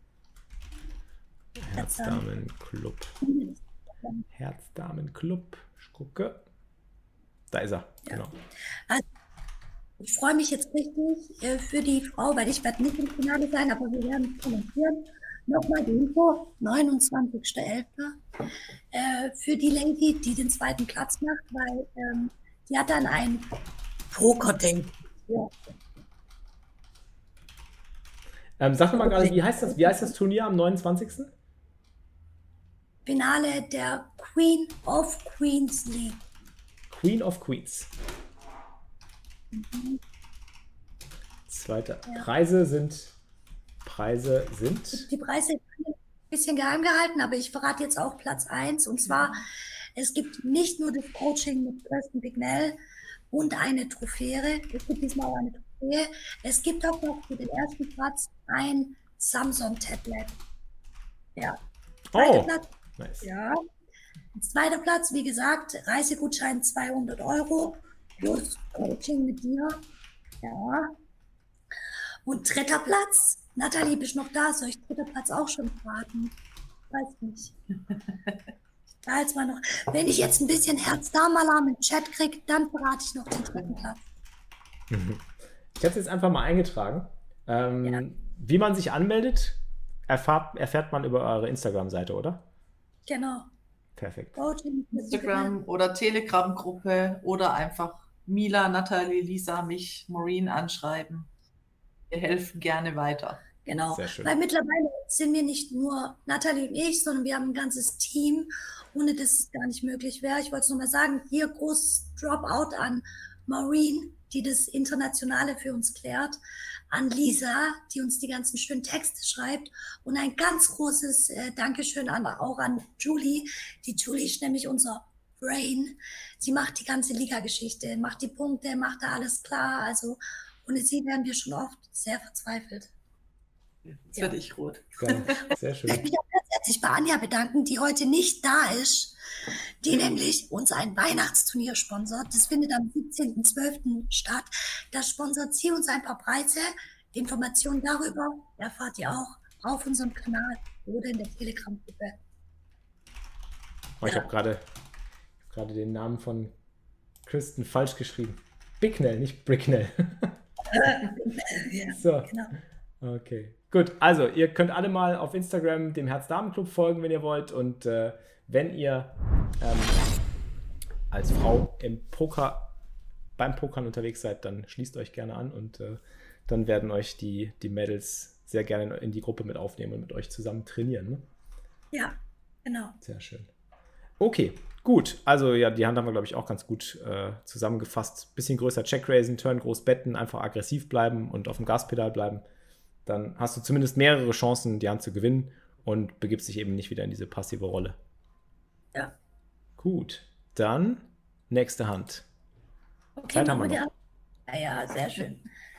Herz-Damen-Club. Herz-Damen-Club. Ich gucke. Da ist er, Ja. genau. Ich freue mich jetzt richtig äh, für die Frau, weil ich werde nicht im Finale sein, aber wir werden kommentieren. Nochmal die Info, neunundzwanzigster elfter Äh, für die Lady, die den zweiten Platz macht, weil ähm, die hat dann ein Poker-Ding. Ja. Ähm, sag doch mal gerade, wie heißt das, wie heißt das Turnier am neunundzwanzigsten? Finale der Queen of Queens League. Queen of Queens. Zweite Ja. Preise sind Preise sind Die Preise sind ein bisschen geheim gehalten, aber ich verrate jetzt auch Platz eins. Und zwar, es gibt nicht nur das Coaching mit Kirsten Bignell und eine Trophäe. Es gibt diesmal auch eine Trophäe. Es gibt auch noch für den ersten Platz ein Samsung-Tablet. Ja. Zweiter Oh, Platz, nice. ja. Zweiter Platz, wie gesagt, Reisegutschein zweihundert Euro plus Coaching mit dir. Ja. Und dritter Platz, Nathalie, bist du noch da? Soll ich dritter Platz auch schon verraten? Weiß nicht. Da jetzt mal noch. Wenn ich jetzt ein bisschen Herz-Darm-Alarm im Chat kriege, dann verrate ich noch den dritten Platz. Ich habe es jetzt einfach mal eingetragen. Ähm, Ja. Wie man sich anmeldet, erfahrt, erfährt man über eure Instagram-Seite, oder? Genau. Perfekt. Coaching mit Instagram oder Telegram-Gruppe oder einfach Mila, Nathalie, Lisa, mich, Maureen anschreiben. Wir helfen gerne weiter. Genau, Sehr schön. weil mittlerweile sind wir nicht nur Nathalie und ich, sondern wir haben ein ganzes Team, ohne dass es gar nicht möglich wäre. Ich wollte es nochmal sagen, hier groß Dropout an Maureen, die das Internationale für uns klärt, an Lisa, die uns die ganzen schönen Texte schreibt und ein ganz großes äh, Dankeschön an, auch an Julie. Die Julie ist nämlich unser Brain. Sie macht die ganze Liga-Geschichte, macht die Punkte, macht da alles klar. Also ohne sie wären wir schon oft sehr verzweifelt. Jetzt Ja. werde ich rot. Sehr, sehr Ich schön. möchte mich auch ganz herzlich bei Anja bedanken, die heute nicht da ist, die nämlich uns ein Weihnachtsturnier sponsert. Das findet am siebzehnten zwölften statt. Da sponsert sie uns ein paar Preise. Informationen darüber erfahrt ihr auch auf unserem Kanal oder in der Telegram-Gruppe. Oh, ich Ja. habe gerade hab gerade den Namen von Kristen falsch geschrieben. Bicknell, nicht Bricknell. Ja, So. genau. Okay, gut. Also, ihr könnt alle mal auf Instagram dem Herz-Damen-Club folgen, wenn ihr wollt. Und äh, wenn ihr ähm, als Frau im Poker, beim Pokern unterwegs seid, dann schließt euch gerne an und äh, dann werden euch die, die Mädels sehr gerne in die Gruppe mit aufnehmen und mit euch zusammen trainieren. Ne? Ja, genau. Sehr schön. Okay, gut. Also ja, die Hand haben wir, glaube ich, auch ganz gut äh, zusammengefasst. Bisschen größer Checkraisen, Turn groß betten, einfach aggressiv bleiben und auf dem Gaspedal bleiben. Dann hast du zumindest mehrere Chancen, die Hand zu gewinnen und begibst dich eben nicht wieder in diese passive Rolle. Ja. Gut, dann nächste Hand. Okay, Zeit haben machen wir wir noch. die an- Ja, ja, sehr schön.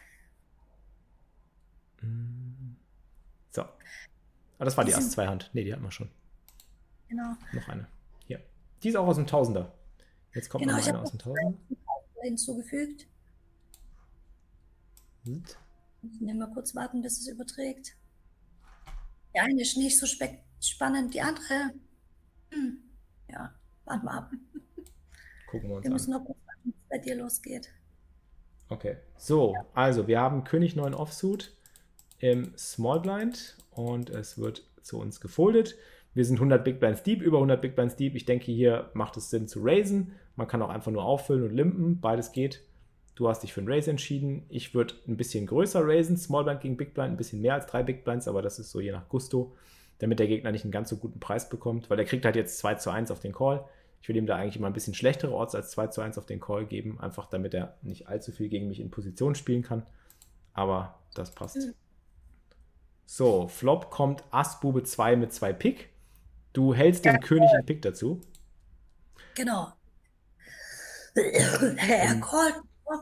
So. Ah, das war die Die sind- Ass zwei Hand. Ne, die hatten wir schon. Genau. Noch eine. Hier. Die ist auch aus dem Tausender. Jetzt kommt Genau, noch ich eine hab aus dem Tausender. Hinzugefügt. Gut. Müssen wir mal kurz warten, bis es überträgt. Die eine ist nicht so spek- spannend, die andere. Hm. Ja, warten wir ab. Gucken wir uns Wir müssen an. noch kurz warten, bis es bei dir losgeht. Okay. So, also wir haben König neun Offsuit im Small Blind und es wird zu uns gefoldet. Wir sind hundert Big Blinds deep, über hundert Big Blinds deep. Ich denke, hier macht es Sinn zu raisen. Man kann auch einfach nur auffüllen und limpen. Beides geht. Du hast dich für ein Raise entschieden. Ich würde ein bisschen größer raisen. Small Blind gegen Big Blind, ein bisschen mehr als drei Big Blinds, aber das ist so je nach Gusto, damit der Gegner nicht einen ganz so guten Preis bekommt, weil er kriegt halt jetzt zwei zu eins auf den Call. Ich will ihm da eigentlich immer ein bisschen schlechtere Odds als zwei zu eins auf den Call geben, einfach damit er nicht allzu viel gegen mich in Position spielen kann. Aber das passt. Mhm. So, Flop kommt Ass Bube zwei mit zwei Pik. Du hältst den König in Pik dazu. Genau. Er callt.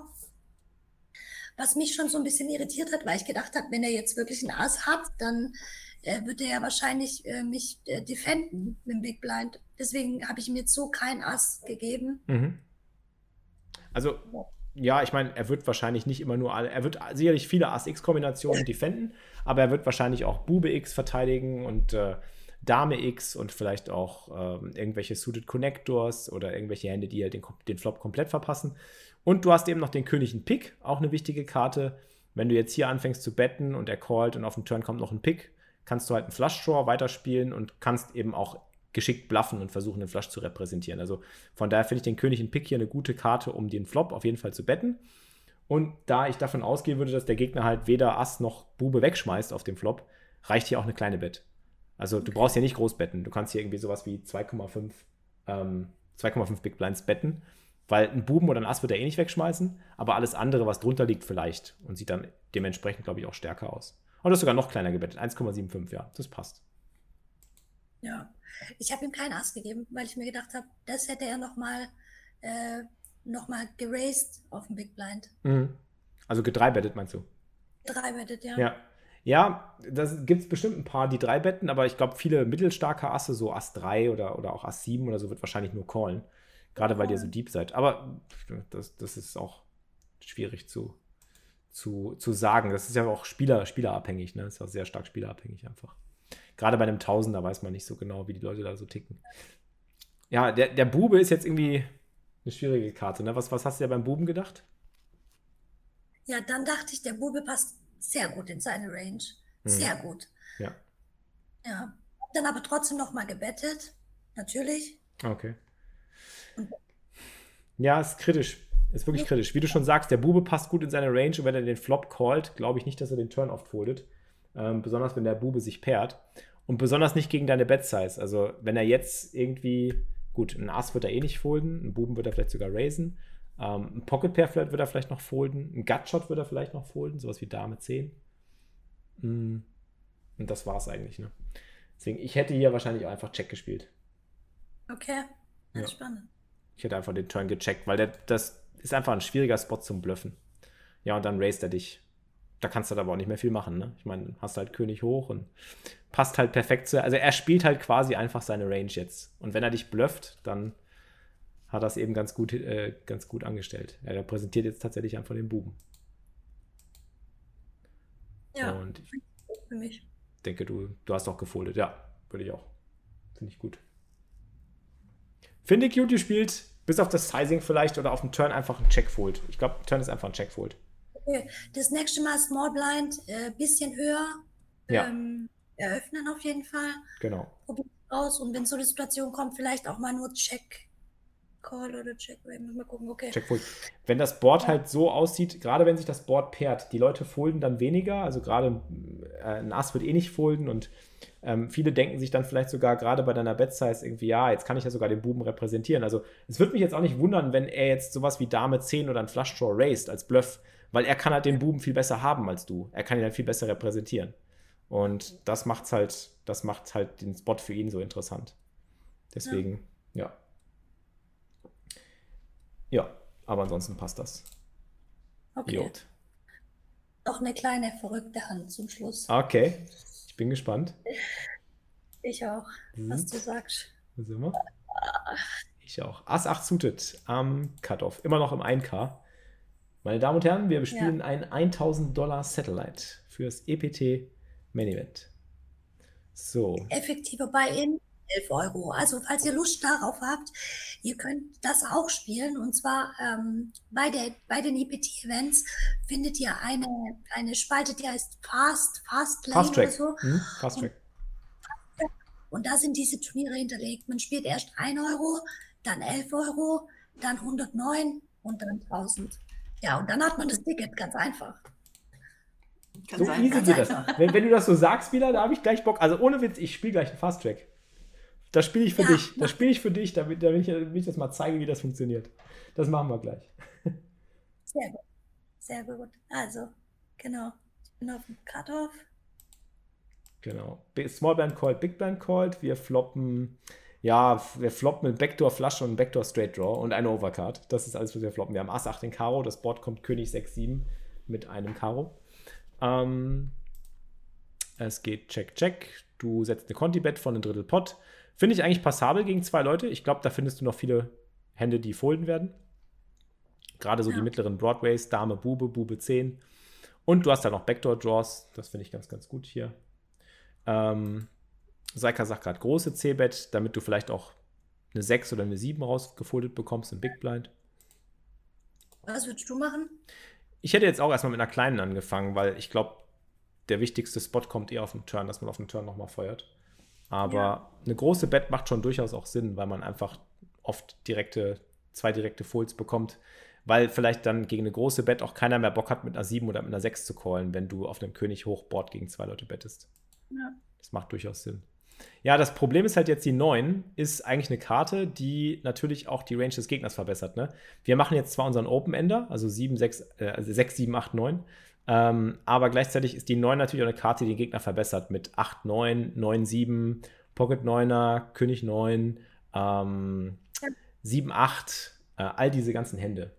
Was mich schon so ein bisschen irritiert hat, weil ich gedacht habe, wenn er jetzt wirklich einen Ass hat, dann äh, wird er ja wahrscheinlich äh, mich äh, defenden mit dem Big Blind. Deswegen habe ich ihm jetzt so kein Ass gegeben. Mhm. Also, ja, ich meine, er wird wahrscheinlich nicht immer nur alle, er wird sicherlich viele Ass-X-Kombinationen defenden, aber er wird wahrscheinlich auch Bube X verteidigen und äh, Dame X und vielleicht auch ähm, irgendwelche Suited Connectors oder irgendwelche Hände, die halt den, den Flop komplett verpassen. Und du hast eben noch den König in Pik, auch eine wichtige Karte. Wenn du jetzt hier anfängst zu betten und er callt und auf den Turn kommt noch ein Pik, kannst du halt einen Flush Draw weiterspielen und kannst eben auch geschickt bluffen und versuchen, den Flush zu repräsentieren. Also von daher finde ich den König in Pik hier eine gute Karte, um den Flop auf jeden Fall zu betten. Und da ich davon ausgehen würde, dass der Gegner halt weder Ass noch Bube wegschmeißt auf dem Flop, reicht hier auch eine kleine Bet. Also du brauchst hier nicht groß betten. Du kannst hier irgendwie sowas wie zwei Komma fünf ähm, zwei Komma fünf Big Blinds betten, weil ein Buben oder ein Ass wird er eh nicht wegschmeißen, aber alles andere, was drunter liegt, vielleicht und sieht dann dementsprechend, glaube ich, auch stärker aus. Und das ist sogar noch kleiner gebettet, eins Komma fünfundsiebzig, ja, das passt. Ja, ich habe ihm keinen Ass gegeben, weil ich mir gedacht habe, das hätte er nochmal äh, noch mal geraced auf dem Big Blind. Mhm. Also gedreibettet, meinst du? Gedreibettet, ja. Ja. Ja, da gibt es bestimmt ein paar, die drei betten, aber ich glaube, viele mittelstarke Asse, so Ass drei oder, oder auch Ass sieben oder so, wird wahrscheinlich nur callen. Gerade weil ihr so deep seid. Aber das, das ist auch schwierig zu, zu, zu sagen. Das ist ja auch Spieler, spielerabhängig, ne? Das ist auch sehr stark spielerabhängig einfach. Gerade bei einem Tausender weiß man nicht so genau, wie die Leute da so ticken. Ja, der, der Bube ist jetzt irgendwie eine schwierige Karte, ne? Was, was hast du ja beim Buben gedacht? Ja, dann dachte ich, der Bube passt sehr gut in seine Range. Sehr hm. gut. Ja. Ja. Dann aber trotzdem nochmal gebettet. Natürlich. Okay. Ja, ist kritisch. Ist wirklich kritisch. Wie du schon sagst, der Bube passt gut in seine Range und wenn er den Flop callt, glaube ich nicht, dass er den Turn oft foldet. Ähm, besonders wenn der Bube sich pairt. Und besonders nicht gegen deine Bet-Size. Also wenn er jetzt irgendwie, gut, ein Ass wird er eh nicht folden, ein Buben wird er vielleicht sogar raisen. Um, ein Pocket Pair wird er vielleicht noch folden. Ein Gutshot wird er vielleicht noch folden. Sowas wie Dame zehn. Mm. Und das war's eigentlich. Ne? Deswegen, ich hätte hier wahrscheinlich auch einfach Check gespielt. Okay, das ist ja. spannend. Ich hätte einfach den Turn gecheckt, weil der, das ist einfach ein schwieriger Spot zum Bluffen. Ja, und dann raised er dich. Da kannst du aber auch nicht mehr viel machen. Ne? Ich meine, hast halt König hoch und passt halt perfekt zu. Also er spielt halt quasi einfach seine Range jetzt. Und wenn er dich blufft, dann hat das eben ganz gut, äh, ganz gut angestellt. Er repräsentiert jetzt tatsächlich einfach den Buben. Ja, und ich für mich. denke, du, du hast auch gefoldet. Ja, würde ich auch. Finde ich gut. Finde ich gut gespielt. Bis auf das Sizing vielleicht oder auf dem Turn einfach ein Check-Fold. Ich glaube, Turn ist einfach ein Check-Fold. Okay. Das nächste Mal Small Blind, äh, bisschen höher. Ja. Ähm, eröffnen auf jeden Fall. Genau. Probieren aus und wenn so eine Situation kommt, vielleicht auch mal nur Check. Call oder Check, mal gucken, okay. Check-Fold. Wenn das Board halt so aussieht, gerade wenn sich das Board pairt, die Leute folden dann weniger, also gerade äh, ein Ass wird eh nicht folden und ähm, viele denken sich dann vielleicht sogar gerade bei deiner Bet-Size irgendwie, ja, jetzt kann ich ja sogar den Buben repräsentieren. Also es würde mich jetzt auch nicht wundern, wenn er jetzt sowas wie Dame zehn oder ein Flush Draw raised als Bluff, weil er kann halt den Buben viel besser haben als du. Er kann ihn halt viel besser repräsentieren. Und das macht's halt, das macht halt den Spot für ihn so interessant. Deswegen, ja. ja. Ja, aber ansonsten passt das. Okay. Jod. Noch eine kleine verrückte Hand zum Schluss. Okay, ich bin gespannt. Ich auch, hm. was du sagst. Wo sind wir? Ich auch. Ass acht suited am Cutoff, immer noch im eins K. Meine Damen und Herren, wir bespielen ja. ein tausend Dollar Satellite fürs E P T Main Event. So. Effektiver Buy-in elf Euro. Also falls ihr Lust darauf habt, ihr könnt das auch spielen. Und zwar ähm, bei, der, bei den E P T-Events findet ihr eine, eine Spalte, die heißt Fast, Fast Lane Fast Track. oder so. Hm? Fast Track. Und, und da sind diese Turniere hinterlegt. Man spielt erst ein Euro, dann elf Euro, dann hundertneun und dann tausend. Ja, und dann hat man das Ticket, ganz einfach. Ganz so easy geht das. Wenn, wenn du das so sagst wieder, da habe ich gleich Bock. Also ohne Witz, ich spiele gleich einen Fast Track. Das spiele ich für ja, dich. Das spiele ich für dich, damit, damit, ich, damit ich das mal zeige, wie das funktioniert. Das machen wir gleich. Sehr gut. Sehr gut. Also, genau. Ich bin auf dem Cutoff. Genau. Small Blind called, Big Blind called. Wir floppen, ja, wir floppen mit Backdoor Flush und Backdoor Straight Draw und eine Overcard. Das ist alles, was wir floppen. Wir haben Ass acht in Karo. Das Board kommt König sechs sieben mit einem Karo. Ähm, es geht Check, Check. Du setzt eine Conti-Bet von einem Drittel Pot. Finde ich eigentlich passabel gegen zwei Leute. Ich glaube, da findest du noch viele Hände, die folden werden. Gerade so ja. die mittleren Broadways, Dame, Bube, Bube zehn. Und du hast da noch Backdoor-Draws. Das finde ich ganz, ganz gut hier. Ähm, Seika sagt gerade große C-Bet, damit du vielleicht auch eine sechs oder eine sieben rausgefoldet bekommst im Big Blind. Was würdest du machen? Ich hätte jetzt auch erstmal mit einer kleinen angefangen, weil ich glaube, der wichtigste Spot kommt eher auf den Turn, dass man auf den Turn nochmal feuert. Aber ja. eine große Bet macht schon durchaus auch Sinn, weil man einfach oft direkte, zwei direkte Folds bekommt, weil vielleicht dann gegen eine große Bet auch keiner mehr Bock hat, mit einer sieben oder mit einer sechs zu callen, wenn du auf einem König Hochboard gegen zwei Leute bettest. Ja. Das macht durchaus Sinn. Ja, das Problem ist halt jetzt, die neun ist eigentlich eine Karte, die natürlich auch die Range des Gegners verbessert. Ne? Wir machen jetzt zwar unseren Open-Ender, also sieben, sechs, äh, also sechs, sieben, acht, neun, ähm, aber gleichzeitig ist die neun natürlich auch eine Karte, die den Gegner verbessert mit acht, neun, neun, sieben, Pocket neuner, König neun, ähm, sieben, acht, äh, all diese ganzen Hände.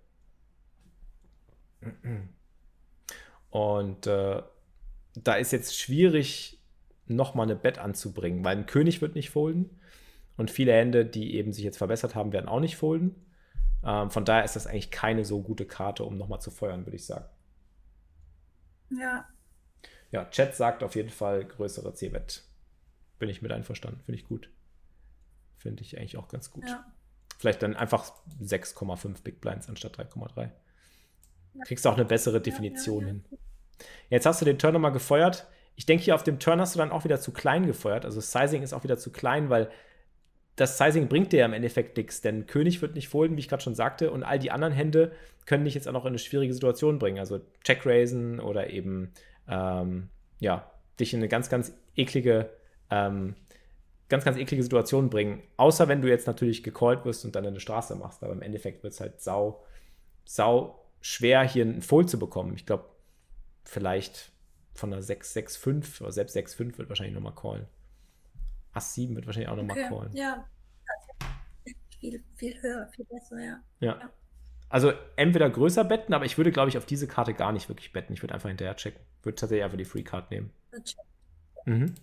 Und äh, da ist jetzt schwierig, nochmal eine Bet anzubringen, weil ein König wird nicht folden und viele Hände, die eben sich jetzt verbessert haben, werden auch nicht folden. Ähm, von daher ist das eigentlich keine so gute Karte, um nochmal zu feuern, würde ich sagen. Ja. Ja, Chat sagt auf jeden Fall größere C-Bet. Bin ich mit einverstanden, finde ich gut. Finde ich eigentlich auch ganz gut. Ja. Vielleicht dann einfach sechs Komma fünf Big Blinds anstatt drei Komma drei. Ja. Kriegst du auch eine bessere Definition ja, ja, ja. hin. Jetzt hast du den Turn nochmal gefeuert. Ich denke, hier auf dem Turn hast du dann auch wieder zu klein gefeuert. Also das Sizing ist auch wieder zu klein, weil das Sizing bringt dir ja im Endeffekt nichts, denn König wird nicht folden, wie ich gerade schon sagte, und all die anderen Hände können dich jetzt auch noch in eine schwierige Situation bringen. Also Check-Raisen oder eben ähm, ja, dich in eine ganz, ganz eklige ähm, ganz, ganz eklige Situation bringen. Außer wenn du jetzt natürlich gecallt wirst und dann eine Straße machst. Aber im Endeffekt wird es halt sau, sau schwer, hier einen Fold zu bekommen. Ich glaube, vielleicht von einer sechs, sechs, fünf oder selbst sechs, fünf wird wahrscheinlich nochmal callen. Ass sieben wird wahrscheinlich auch nochmal okay. callen. Ja, viel, viel höher, viel besser, ja. ja. ja. Also entweder größer betten, aber ich würde, glaube ich, auf diese Karte gar nicht wirklich betten. Ich würde einfach hinterher checken. Würde tatsächlich einfach die Free Card nehmen. Mhm.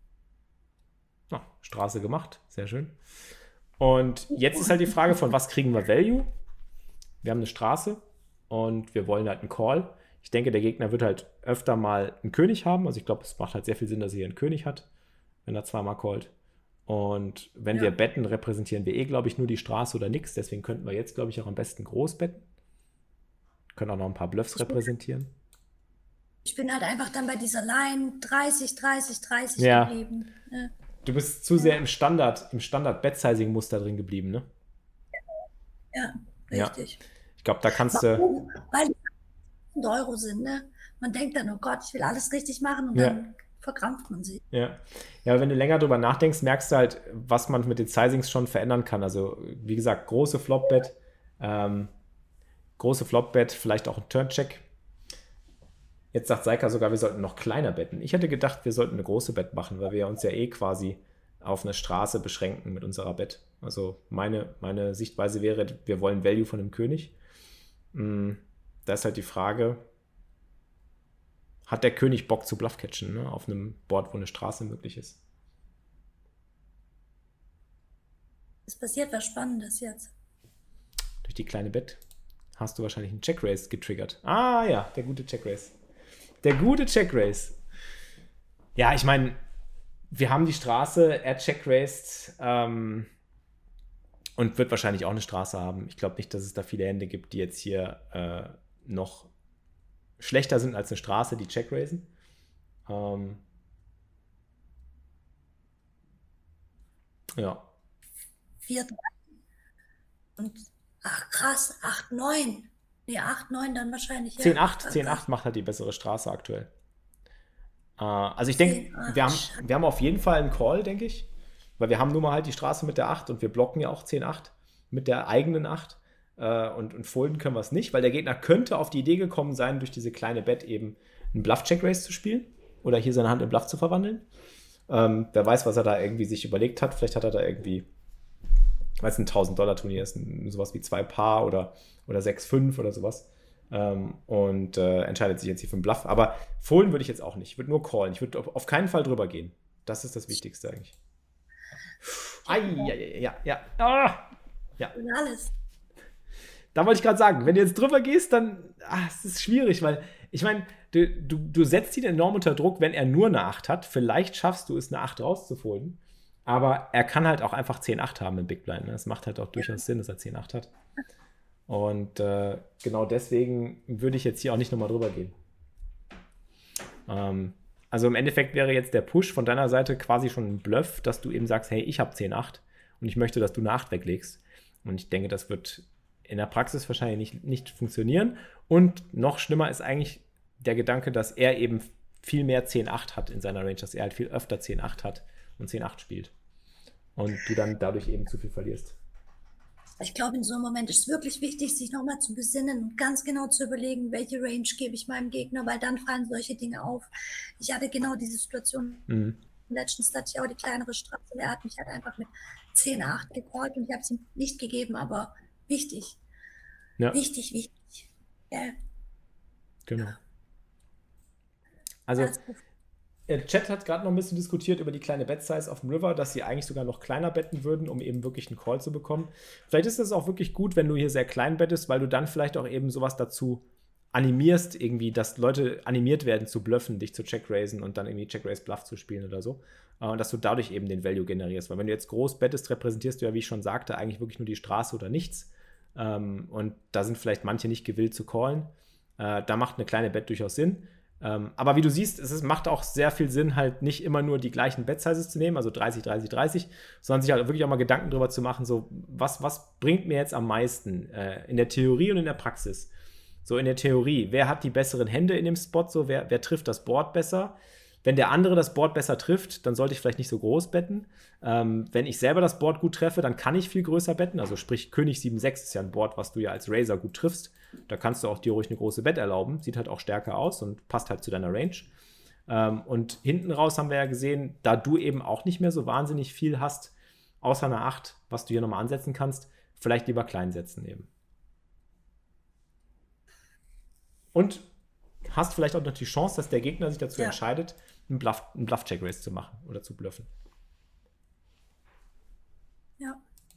Oh, Straße gemacht, sehr schön. Und jetzt ist halt die Frage von, was kriegen wir Value? Wir haben eine Straße und wir wollen halt einen Call. Ich denke, der Gegner wird halt öfter mal einen König haben. Also ich glaube, es macht halt sehr viel Sinn, dass er hier einen König hat, wenn er zweimal callt. Und wenn ja. wir betten, repräsentieren wir eh, glaube ich, nur die Straße oder nichts. Deswegen könnten wir jetzt, glaube ich, auch am besten groß betten. Können auch noch ein paar Bluffs repräsentieren. Ich bin halt einfach dann bei dieser Line dreißig, dreißig, dreißig ja. geblieben. Ja. Du bist zu sehr im Standard, im Standard-Bet-Sizing-Muster drin geblieben, ne? Ja, richtig. Ja. Ich glaube, da kannst du... Warum? Weil die Euro sind, ne? Man denkt dann, oh Gott, ich will alles richtig machen und ja. dann verkrampft man sich. Ja. Ja, aber wenn du länger drüber nachdenkst, merkst du halt, was man mit den Sizings schon verändern kann. Also, wie gesagt, große Flop-Bet, ähm, große Flop-Bet, vielleicht auch ein Turn-Check. Jetzt sagt Seika sogar, wir sollten noch kleiner betten. Ich hätte gedacht, wir sollten eine große Bet machen, weil wir uns ja eh quasi auf eine Straße beschränken mit unserer Bet. Also meine, meine Sichtweise wäre, wir wollen Value von dem König. Da ist halt die Frage, hat der König Bock zu Bluffcatchen, ne? Auf einem Board, wo eine Straße möglich ist? Es passiert was Spannendes jetzt. Durch die kleine Bet hast du wahrscheinlich einen Check-Raise getriggert. Ah ja, der gute Check-Raise. Der gute Check-Raise. Ja, ich meine, wir haben die Straße, er check-raised ähm, und wird wahrscheinlich auch eine Straße haben. Ich glaube nicht, dass es da viele Hände gibt, die jetzt hier äh, noch schlechter sind als eine Straße, die check-raisen. Ähm, ja. vier, drei und ach krass, acht, neun. Nee, acht, neun dann wahrscheinlich. zehn, acht, zehn, acht macht halt die bessere Straße aktuell. Äh, also ich denke, wir haben, wir haben auf jeden Fall einen Call, denke ich. Weil wir haben nun mal halt die Straße mit der acht und wir blocken ja auch zehn, acht mit der eigenen acht. Äh, und, und folden können wir es nicht, weil der Gegner könnte auf die Idee gekommen sein, durch diese kleine Bet eben einen Bluff-Check-Raise zu spielen. oder hier seine Hand in Bluff zu verwandeln. Ähm, wer weiß, was er da irgendwie sich überlegt hat. Vielleicht hat er da irgendwie, weil es ein tausend-Dollar-Turnier ist, sowas wie zwei Paar oder, oder sechs fünf oder sowas. Ähm, und äh, entscheidet sich jetzt hier für einen Bluff. Aber folden würde ich jetzt auch nicht. Ich würde nur callen. Ich würde auf, auf keinen Fall drüber gehen. Das ist das Wichtigste eigentlich. Ai, ja, ja, ja. Ah, ja. Und alles. Da wollte ich gerade sagen, wenn du jetzt drüber gehst, dann ah, es ist schwierig, weil ich meine, du, du, du setzt ihn enorm unter Druck, wenn er nur eine acht hat. Vielleicht schaffst du es, eine acht rauszufolden. Aber er kann halt auch einfach zehn acht haben im Big Blind. Ne? Das macht halt auch durchaus Sinn, dass er zehn acht hat. Und äh, genau deswegen würde ich jetzt hier auch nicht nochmal drüber gehen. Ähm, also im Endeffekt wäre jetzt der Push von deiner Seite quasi schon ein Bluff, dass du eben sagst, hey, ich habe zehn acht und ich möchte, dass du eine acht weglegst. Und ich denke, das wird in der Praxis wahrscheinlich nicht, nicht funktionieren. Und noch schlimmer ist eigentlich der Gedanke, dass er eben viel mehr zehn acht hat in seiner Range, dass er halt viel öfter zehn acht hat und zehn acht spielt. Und du dann dadurch eben zu viel verlierst. Ich glaube, in so einem Moment ist es wirklich wichtig, sich nochmal zu besinnen und ganz genau zu überlegen, welche Range gebe ich meinem Gegner, weil dann fallen solche Dinge auf. Ich hatte genau diese Situation. Mhm. Letztens hatte ich auch die kleinere Straße und er hat mich halt einfach mit zehn acht gecallt und ich habe es ihm nicht gegeben, aber wichtig. Ja. Wichtig, wichtig. Ja. Genau. Also, der Chat hat gerade noch ein bisschen diskutiert über die kleine Bet-Size auf dem River, dass sie eigentlich sogar noch kleiner betten würden, um eben wirklich einen Call zu bekommen. Vielleicht ist es auch wirklich gut, wenn du hier sehr klein bettest, weil du dann vielleicht auch eben sowas dazu animierst, irgendwie, dass Leute animiert werden zu bluffen, dich zu checkraisen und dann irgendwie Check-Raise-Bluff zu spielen oder so. Und dass du dadurch eben den Value generierst. Weil wenn du jetzt groß bettest, repräsentierst du ja, wie ich schon sagte, eigentlich wirklich nur die Straße oder nichts. Und da sind vielleicht manche nicht gewillt zu callen. Da macht eine kleine Bet durchaus Sinn. Ähm, aber wie du siehst, es ist, macht auch sehr viel Sinn, halt nicht immer nur die gleichen Bet-Sizes zu nehmen, also dreißig, dreißig, dreißig, sondern sich halt wirklich auch mal Gedanken darüber zu machen, so, was, was bringt mir jetzt am meisten äh, in der Theorie und in der Praxis? So in der Theorie, wer hat die besseren Hände in dem Spot, so, wer, wer trifft das Board besser? Wenn der andere das Board besser trifft, dann sollte ich vielleicht nicht so groß betten. Ähm, wenn ich selber das Board gut treffe, dann kann ich viel größer betten. Also sprich, König sieben sechs ist ja ein Board, was du ja als Raiser gut triffst. Da kannst du auch dir ruhig eine große Bet erlauben. Sieht halt auch stärker aus und passt halt zu deiner Range. Ähm, und hinten raus haben wir ja gesehen, da du eben auch nicht mehr so wahnsinnig viel hast, außer einer acht, was du hier nochmal ansetzen kannst, vielleicht lieber klein setzen eben. Und hast vielleicht auch noch die Chance, dass der Gegner sich dazu ja. entscheidet, einen Bluff, einen Bluff-Check-Raise zu machen oder zu bluffen. Ja.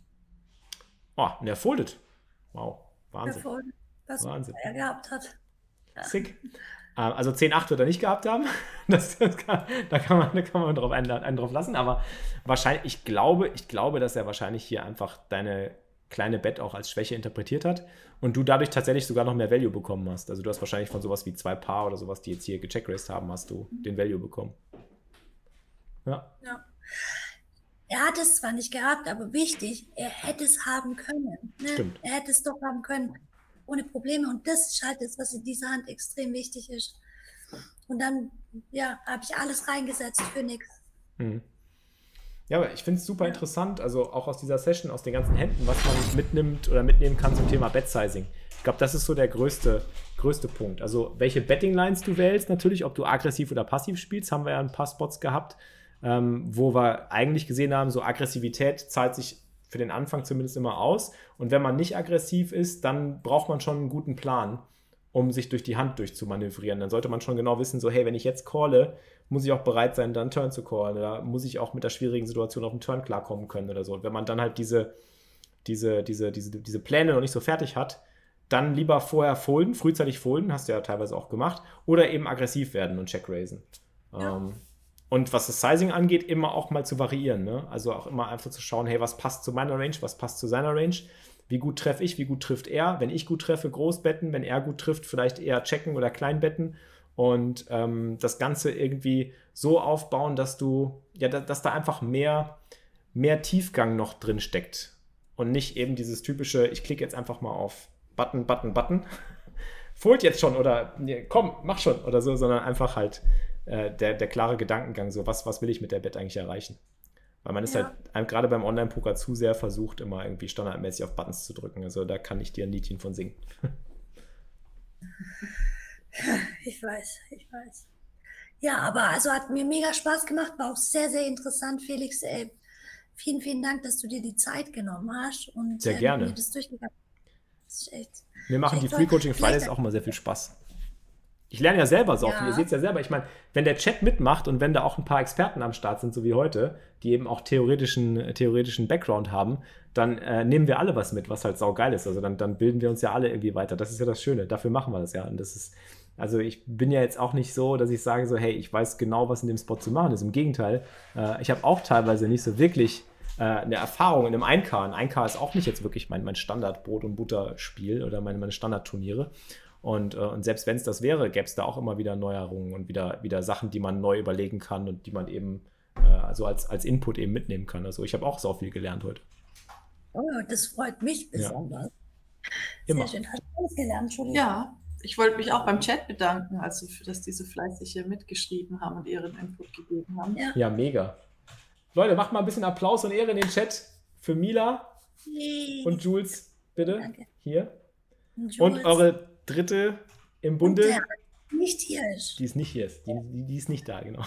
Oh, und er foldet. Wow, Wahnsinn. Er foldet, was Wahnsinn. er gehabt hat. Ja. Sick. Also zehn acht wird er nicht gehabt haben. Das, das kann, da kann man, da kann man drauf, einen, einen drauf lassen. Aber wahrscheinlich, ich glaube, ich glaube, dass er wahrscheinlich hier einfach deine kleine Bet auch als Schwäche interpretiert hat und du dadurch tatsächlich sogar noch mehr Value bekommen hast. Also du hast wahrscheinlich von sowas wie zwei Paar oder sowas, die jetzt hier gecheckraced haben, hast du den Value bekommen. Ja. Ja. Er hat es zwar nicht gehabt, aber wichtig, er hätte es haben können. Ne? Stimmt. Er hätte es doch haben können, ohne Probleme. Und das ist halt das, was in dieser Hand extrem wichtig ist. Und dann, ja, habe ich alles reingesetzt für nichts. Mhm. Ja, aber ich finde es super interessant, also auch aus dieser Session, aus den ganzen Händen, was man mitnimmt oder mitnehmen kann zum Thema Bet-Sizing. Ich glaube, das ist so der größte, größte Punkt. Also welche Betting-Lines du wählst, natürlich, ob du aggressiv oder passiv spielst, haben wir ja ein paar Spots gehabt, ähm, wo wir eigentlich gesehen haben, so Aggressivität zahlt sich für den Anfang zumindest immer aus. Und wenn man nicht aggressiv ist, dann braucht man schon einen guten Plan, um sich durch die Hand durchzumanövrieren. Dann sollte man schon genau wissen, so hey, wenn ich jetzt calle, muss ich auch bereit sein, dann Turn zu callen oder muss ich auch mit der schwierigen Situation auf den Turn klarkommen können oder so. Und wenn man dann halt diese, diese, diese, diese, diese Pläne noch nicht so fertig hat, dann lieber vorher folden, frühzeitig folden, hast du ja teilweise auch gemacht, oder eben aggressiv werden und checkraisen. Ja. Ähm, und was das Sizing angeht, immer auch mal zu variieren. Ne? Also auch immer einfach zu schauen, hey, was passt zu meiner Range, was passt zu seiner Range, wie gut treffe ich, wie gut trifft er. Wenn ich gut treffe, groß betten, wenn er gut trifft, vielleicht eher checken oder klein betten. Und ähm, das Ganze irgendwie so aufbauen, dass du, ja, dass, dass da einfach mehr, mehr Tiefgang noch drin steckt. Und nicht eben dieses typische, ich klicke jetzt einfach mal auf Button, Button, Button. Fold jetzt schon oder nee, komm, mach schon oder so, sondern einfach halt äh, der, der klare Gedankengang, so was, was will ich mit der Bet eigentlich erreichen? Weil man ist ja. halt gerade beim Online-Poker zu sehr versucht, immer irgendwie standardmäßig auf Buttons zu drücken. Also da kann ich dir ein Liedchen von singen. Ich weiß, ich weiß. Ja, aber also hat mir mega Spaß gemacht, war auch sehr, sehr interessant, Felix. Ey, vielen, vielen Dank, dass du dir die Zeit genommen hast und Sehr äh, gerne. mit mir das durchgegangen hast. Das ist echt, Mir machen echt die toll. Free Coaching Vielleicht- Fridays auch immer sehr viel Spaß. Ich lerne ja selber so Ja. viel. Ihr seht es ja selber. Ich meine, wenn der Chat mitmacht und wenn da auch ein paar Experten am Start sind, so wie heute, die eben auch theoretischen, theoretischen Background haben, dann äh, nehmen wir alle was mit, was halt saugeil ist. Also dann, dann bilden wir uns ja alle irgendwie weiter. Das ist ja das Schöne. Dafür machen wir das ja. Und das ist, also ich bin ja jetzt auch nicht so, dass ich sage so, hey, ich weiß genau, was in dem Spot zu machen ist. Im Gegenteil, äh, ich habe auch teilweise nicht so wirklich äh, eine Erfahrung in einem eins K. Ein eins K ist auch nicht jetzt wirklich mein, mein Standard-Brot- und Butter-Spiel oder meine, meine Standardturniere. Und, äh, und selbst wenn es das wäre, gäbe es da auch immer wieder Neuerungen und wieder, wieder Sachen, die man neu überlegen kann und die man eben äh, so als, als Input eben mitnehmen kann. Also ich habe auch so viel gelernt heute. Oh, das freut mich besonders. Immer. Sehr schön. Hast du alles gelernt, Entschuldigung? Ja, ich wollte mich auch beim Chat bedanken, also für, dass die so fleißig hier mitgeschrieben haben und ihren Input gegeben haben. Ja. Ja, mega. Leute, macht mal ein bisschen Applaus und Ehre in den Chat für Mila Yay. und Jules, bitte. Danke. Hier. Und Und Jules, eure dritte im Bunde, und der nicht hier ist. die ist nicht hier. Die, die, die ist nicht da, genau.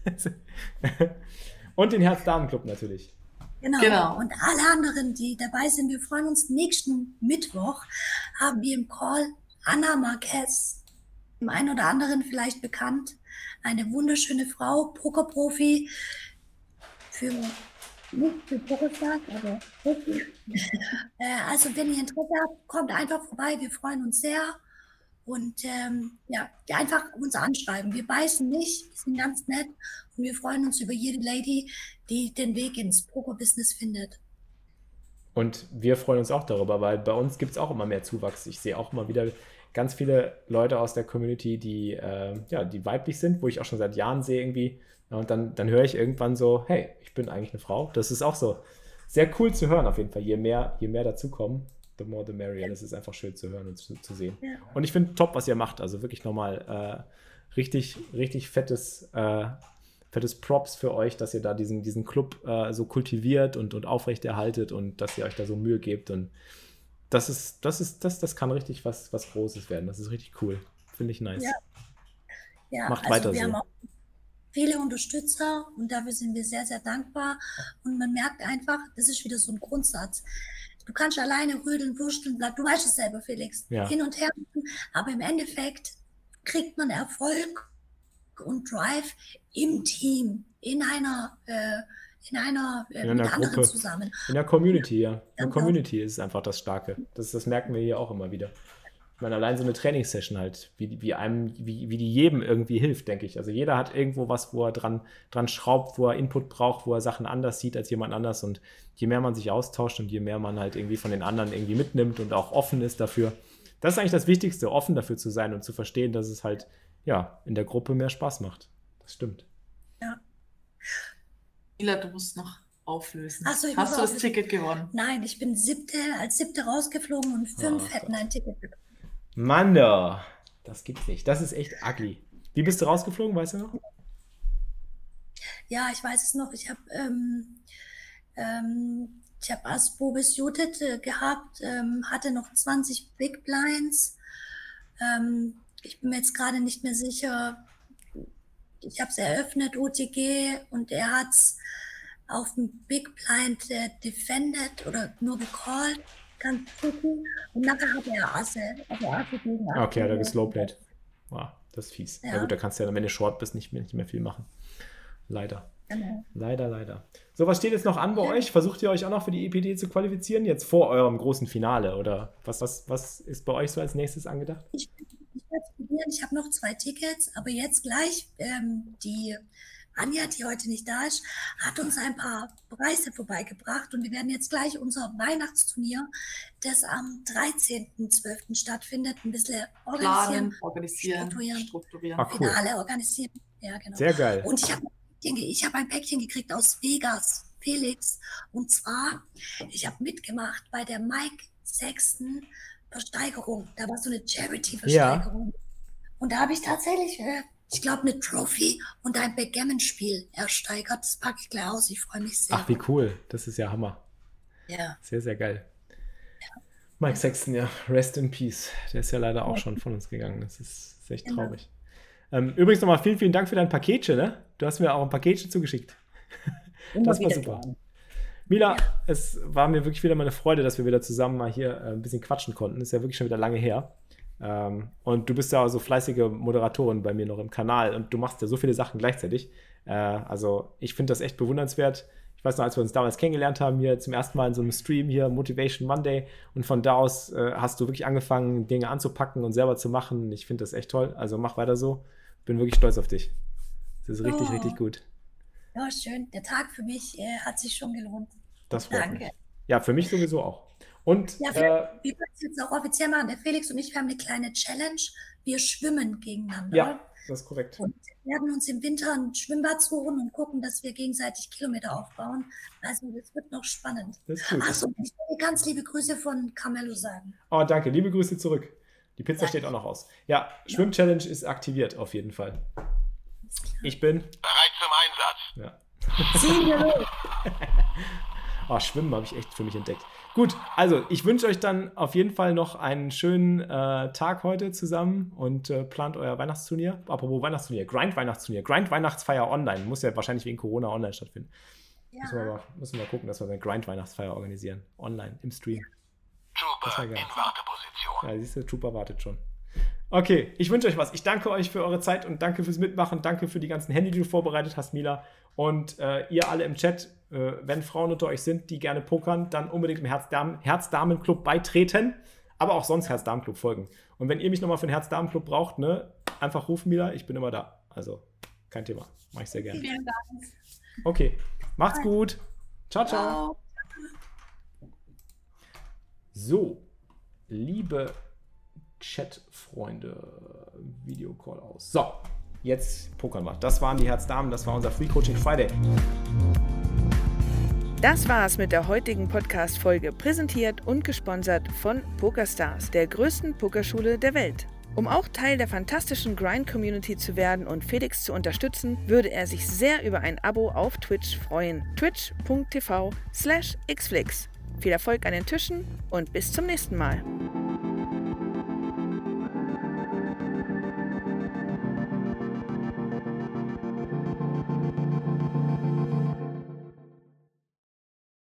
Und den Herz-Damen-Club natürlich. Genau. Genau. Und alle anderen, die dabei sind, wir freuen uns. Nächsten Mittwoch haben wir im Call Anna Marquez, dem einen oder anderen vielleicht bekannt, eine wunderschöne Frau, Pokerprofi, für nicht für Pokerstars, aber Profi. äh, also wenn ihr Interesse habt, kommt einfach vorbei, wir freuen uns sehr. Und ähm, ja, einfach uns anschreiben. Wir beißen nicht, wir sind ganz nett und wir freuen uns über jede Lady, die den Weg ins Poker-Business findet. Und wir freuen uns auch darüber, weil bei uns gibt es auch immer mehr Zuwachs. Ich sehe auch immer wieder ganz viele Leute aus der Community, die, äh, ja, die weiblich sind, wo ich auch schon seit Jahren sehe irgendwie. Und dann, dann höre ich irgendwann so, hey, ich bin eigentlich eine Frau. Das ist auch so sehr cool zu hören auf jeden Fall. Je mehr, je mehr dazukommen, the more the merrier. Das ist einfach schön zu hören und zu, zu sehen. Ja. Und ich finde top, was ihr macht. Also wirklich nochmal äh, richtig, richtig fettes, äh, fettes Props für euch, dass ihr da diesen, diesen Club äh, so kultiviert und, und aufrechterhaltet und dass ihr euch da so Mühe gebt. Und das ist, das ist, das, das kann richtig was, was Großes werden. Das ist richtig cool. Finde ich nice. Ja. Ja, Macht also weiter wir so. haben auch viele Unterstützer und dafür sind wir sehr, sehr dankbar. Und man merkt einfach, das ist wieder so ein Grundsatz. Du kannst alleine rödeln, wursteln, bleib, du weißt es selber, Felix, Ja. hin und her, aber im Endeffekt kriegt man Erfolg und Drive im Team, in einer, äh, in einer, äh, In einer mit anderen Gruppe. zusammen. In der Community, ja. In der Ganz Community ist einfach das Starke. Das, das merken wir hier auch immer wieder. Ich meine, allein so eine Trainingssession halt, wie, wie einem, wie, wie die jedem irgendwie hilft, denke ich. Also jeder hat irgendwo was, wo er dran, dran schraubt, wo er Input braucht, wo er Sachen anders sieht als jemand anders. Und je mehr man sich austauscht und je mehr man halt irgendwie von den anderen irgendwie mitnimmt und auch offen ist dafür, das ist eigentlich das Wichtigste, offen dafür zu sein und zu verstehen, dass es halt, ja, in der Gruppe mehr Spaß macht. Das stimmt. Mila, du musst noch auflösen. Ach so, ich Hast muss du das auflösen. Ticket gewonnen? Nein, ich bin siebte, als siebte rausgeflogen und fünf Ach hätten ein Ticket bekommen. Mann, da. Das gibt's nicht. Das ist echt ugly. Wie bist du rausgeflogen, weißt du noch? Ja, ich weiß es noch. Ich habe ähm, ähm, ich habe Aspo bis Judith äh, gehabt, ähm, hatte noch zwanzig Big Blinds. Ähm, ich bin mir jetzt gerade nicht mehr sicher. Ich habe es eröffnet, O T G, und er hat es auf dem Big Blind äh, defended oder nur gecallt, ganz tricky. Und nachher hat er Asse, also Asse gegen Asse. Okay, hat er geslowplayed. Wow, das ist fies. Ja. Ja. gut, da kannst du ja, wenn du short bist, nicht mehr, nicht mehr viel machen. Leider. Genau. Leider, leider. So, was steht jetzt noch an bei euch? Versucht ihr euch auch noch für die E P D zu qualifizieren? Jetzt vor eurem großen Finale? Oder was, was, was ist bei euch so als nächstes angedacht? Ich, ich werde probieren, ich habe noch zwei Tickets, aber jetzt gleich, ähm, die Anja, die heute nicht da ist, hat uns ein paar Preise vorbeigebracht und wir werden jetzt gleich unser Weihnachtsturnier, das am dreizehnten zwölften stattfindet, ein bisschen organisieren, Planen, organisieren, strukturieren, strukturieren. Ah, cool. Finale organisieren. Ja, genau. Sehr geil. Und ich habe ich hab ein Päckchen gekriegt aus Vegas, Felix. Und zwar, ich habe mitgemacht bei der Mike Sexton Versteigerung. Da war so eine Charity-Versteigerung. Und da habe ich tatsächlich, äh, ich glaube, eine Trophy und ein Backgammon-Spiel ersteigert. Das packe ich gleich aus. Ich freue mich sehr. Ach, wie cool. Das ist ja Hammer. Ja. Sehr, sehr geil. Mike Sexton, ja. Rest in Peace. Der ist ja leider auch schon von uns gegangen. Das ist, ist echt Genau. traurig. Ähm, übrigens nochmal vielen, vielen Dank für dein Paketchen, ne? Du hast mir auch ein Paketchen zugeschickt. Immer Das war wieder super. gern. Mila, es war mir wirklich wieder mal eine Freude, dass wir wieder zusammen mal hier äh, ein bisschen quatschen konnten. Ist ja wirklich schon wieder lange her. Ähm, und du bist ja so fleißige Moderatorin bei mir noch im Kanal und du machst ja so viele Sachen gleichzeitig. Äh, also ich finde das echt bewundernswert. Ich weiß noch, als wir uns damals kennengelernt haben, hier zum ersten Mal in so einem Stream hier, Motivation Monday, und von da aus äh, hast du wirklich angefangen, Dinge anzupacken und selber zu machen. Ich finde das echt toll. Also mach weiter so. Bin wirklich stolz auf dich. Das ist richtig, Oh. richtig gut. Ja, schön. Der Tag für mich äh, hat sich schon gelohnt. Das freut Danke. mich. Ja, für mich sowieso auch. Und Ja, äh, wir, wir können es jetzt auch offiziell machen. Der Felix und ich, wir haben eine kleine Challenge. Wir schwimmen gegeneinander. ja, das ist korrekt. Und werden uns im Winter ein Schwimmbad suchen und gucken, dass wir gegenseitig Kilometer aufbauen. Also das wird noch spannend. Das ist gut. Achso, ich will ganz liebe Grüße von Carmelo sagen. Oh, danke. Liebe Grüße zurück. Die Pizza steht auch noch aus. Ja, Schwimm-Challenge ist aktiviert, auf jeden Fall. Ich bin Bereit zum Einsatz. Ja. Ziehen wir los. Oh, Schwimmen habe ich echt für mich entdeckt. Gut, also ich wünsche euch dann auf jeden Fall noch einen schönen äh, Tag heute zusammen und äh, plant euer Weihnachtsturnier. Apropos Weihnachtsturnier, Grind-Weihnachtsturnier, Grind-Weihnachtsfeier online. Muss ja wahrscheinlich wegen Corona online stattfinden. Ja. Müssen, wir mal, müssen wir mal gucken, dass wir eine Grind-Weihnachtsfeier organisieren. Online, im Stream. Das Trooper war in geil. Warteposition. Ja, siehst du, Trooper wartet schon. Okay, ich wünsche euch was. Ich danke euch für eure Zeit und danke fürs Mitmachen. Danke für die ganzen Handy, die du vorbereitet hast, Mila. Und äh, ihr alle im Chat, äh, wenn Frauen unter euch sind, die gerne pokern, dann unbedingt im Herz-Damen- Herz-Damen-Club beitreten. Aber auch sonst Herz-Damen-Club folgen. Und wenn ihr mich nochmal für den Herz-Damen-Club braucht, ne, einfach rufen, Mila. Ich bin immer da. Also, kein Thema. Mach ich sehr gerne. Vielen Dank. Okay, macht's gut. Ciao, ciao. Ciao. So, liebe Chat-Freunde, Videocall aus. So, jetzt pokern wir. Das waren die Herzdamen, das war unser Free Coaching Friday. Das war's mit der heutigen Podcast-Folge, präsentiert und gesponsert von PokerStars, der größten Pokerschule der Welt. Um auch Teil der fantastischen Grind-Community zu werden und Felix zu unterstützen, würde er sich sehr über ein Abo auf Twitch freuen. twitch punkt t v slash xflix. Viel Erfolg an den Tischen und bis zum nächsten Mal.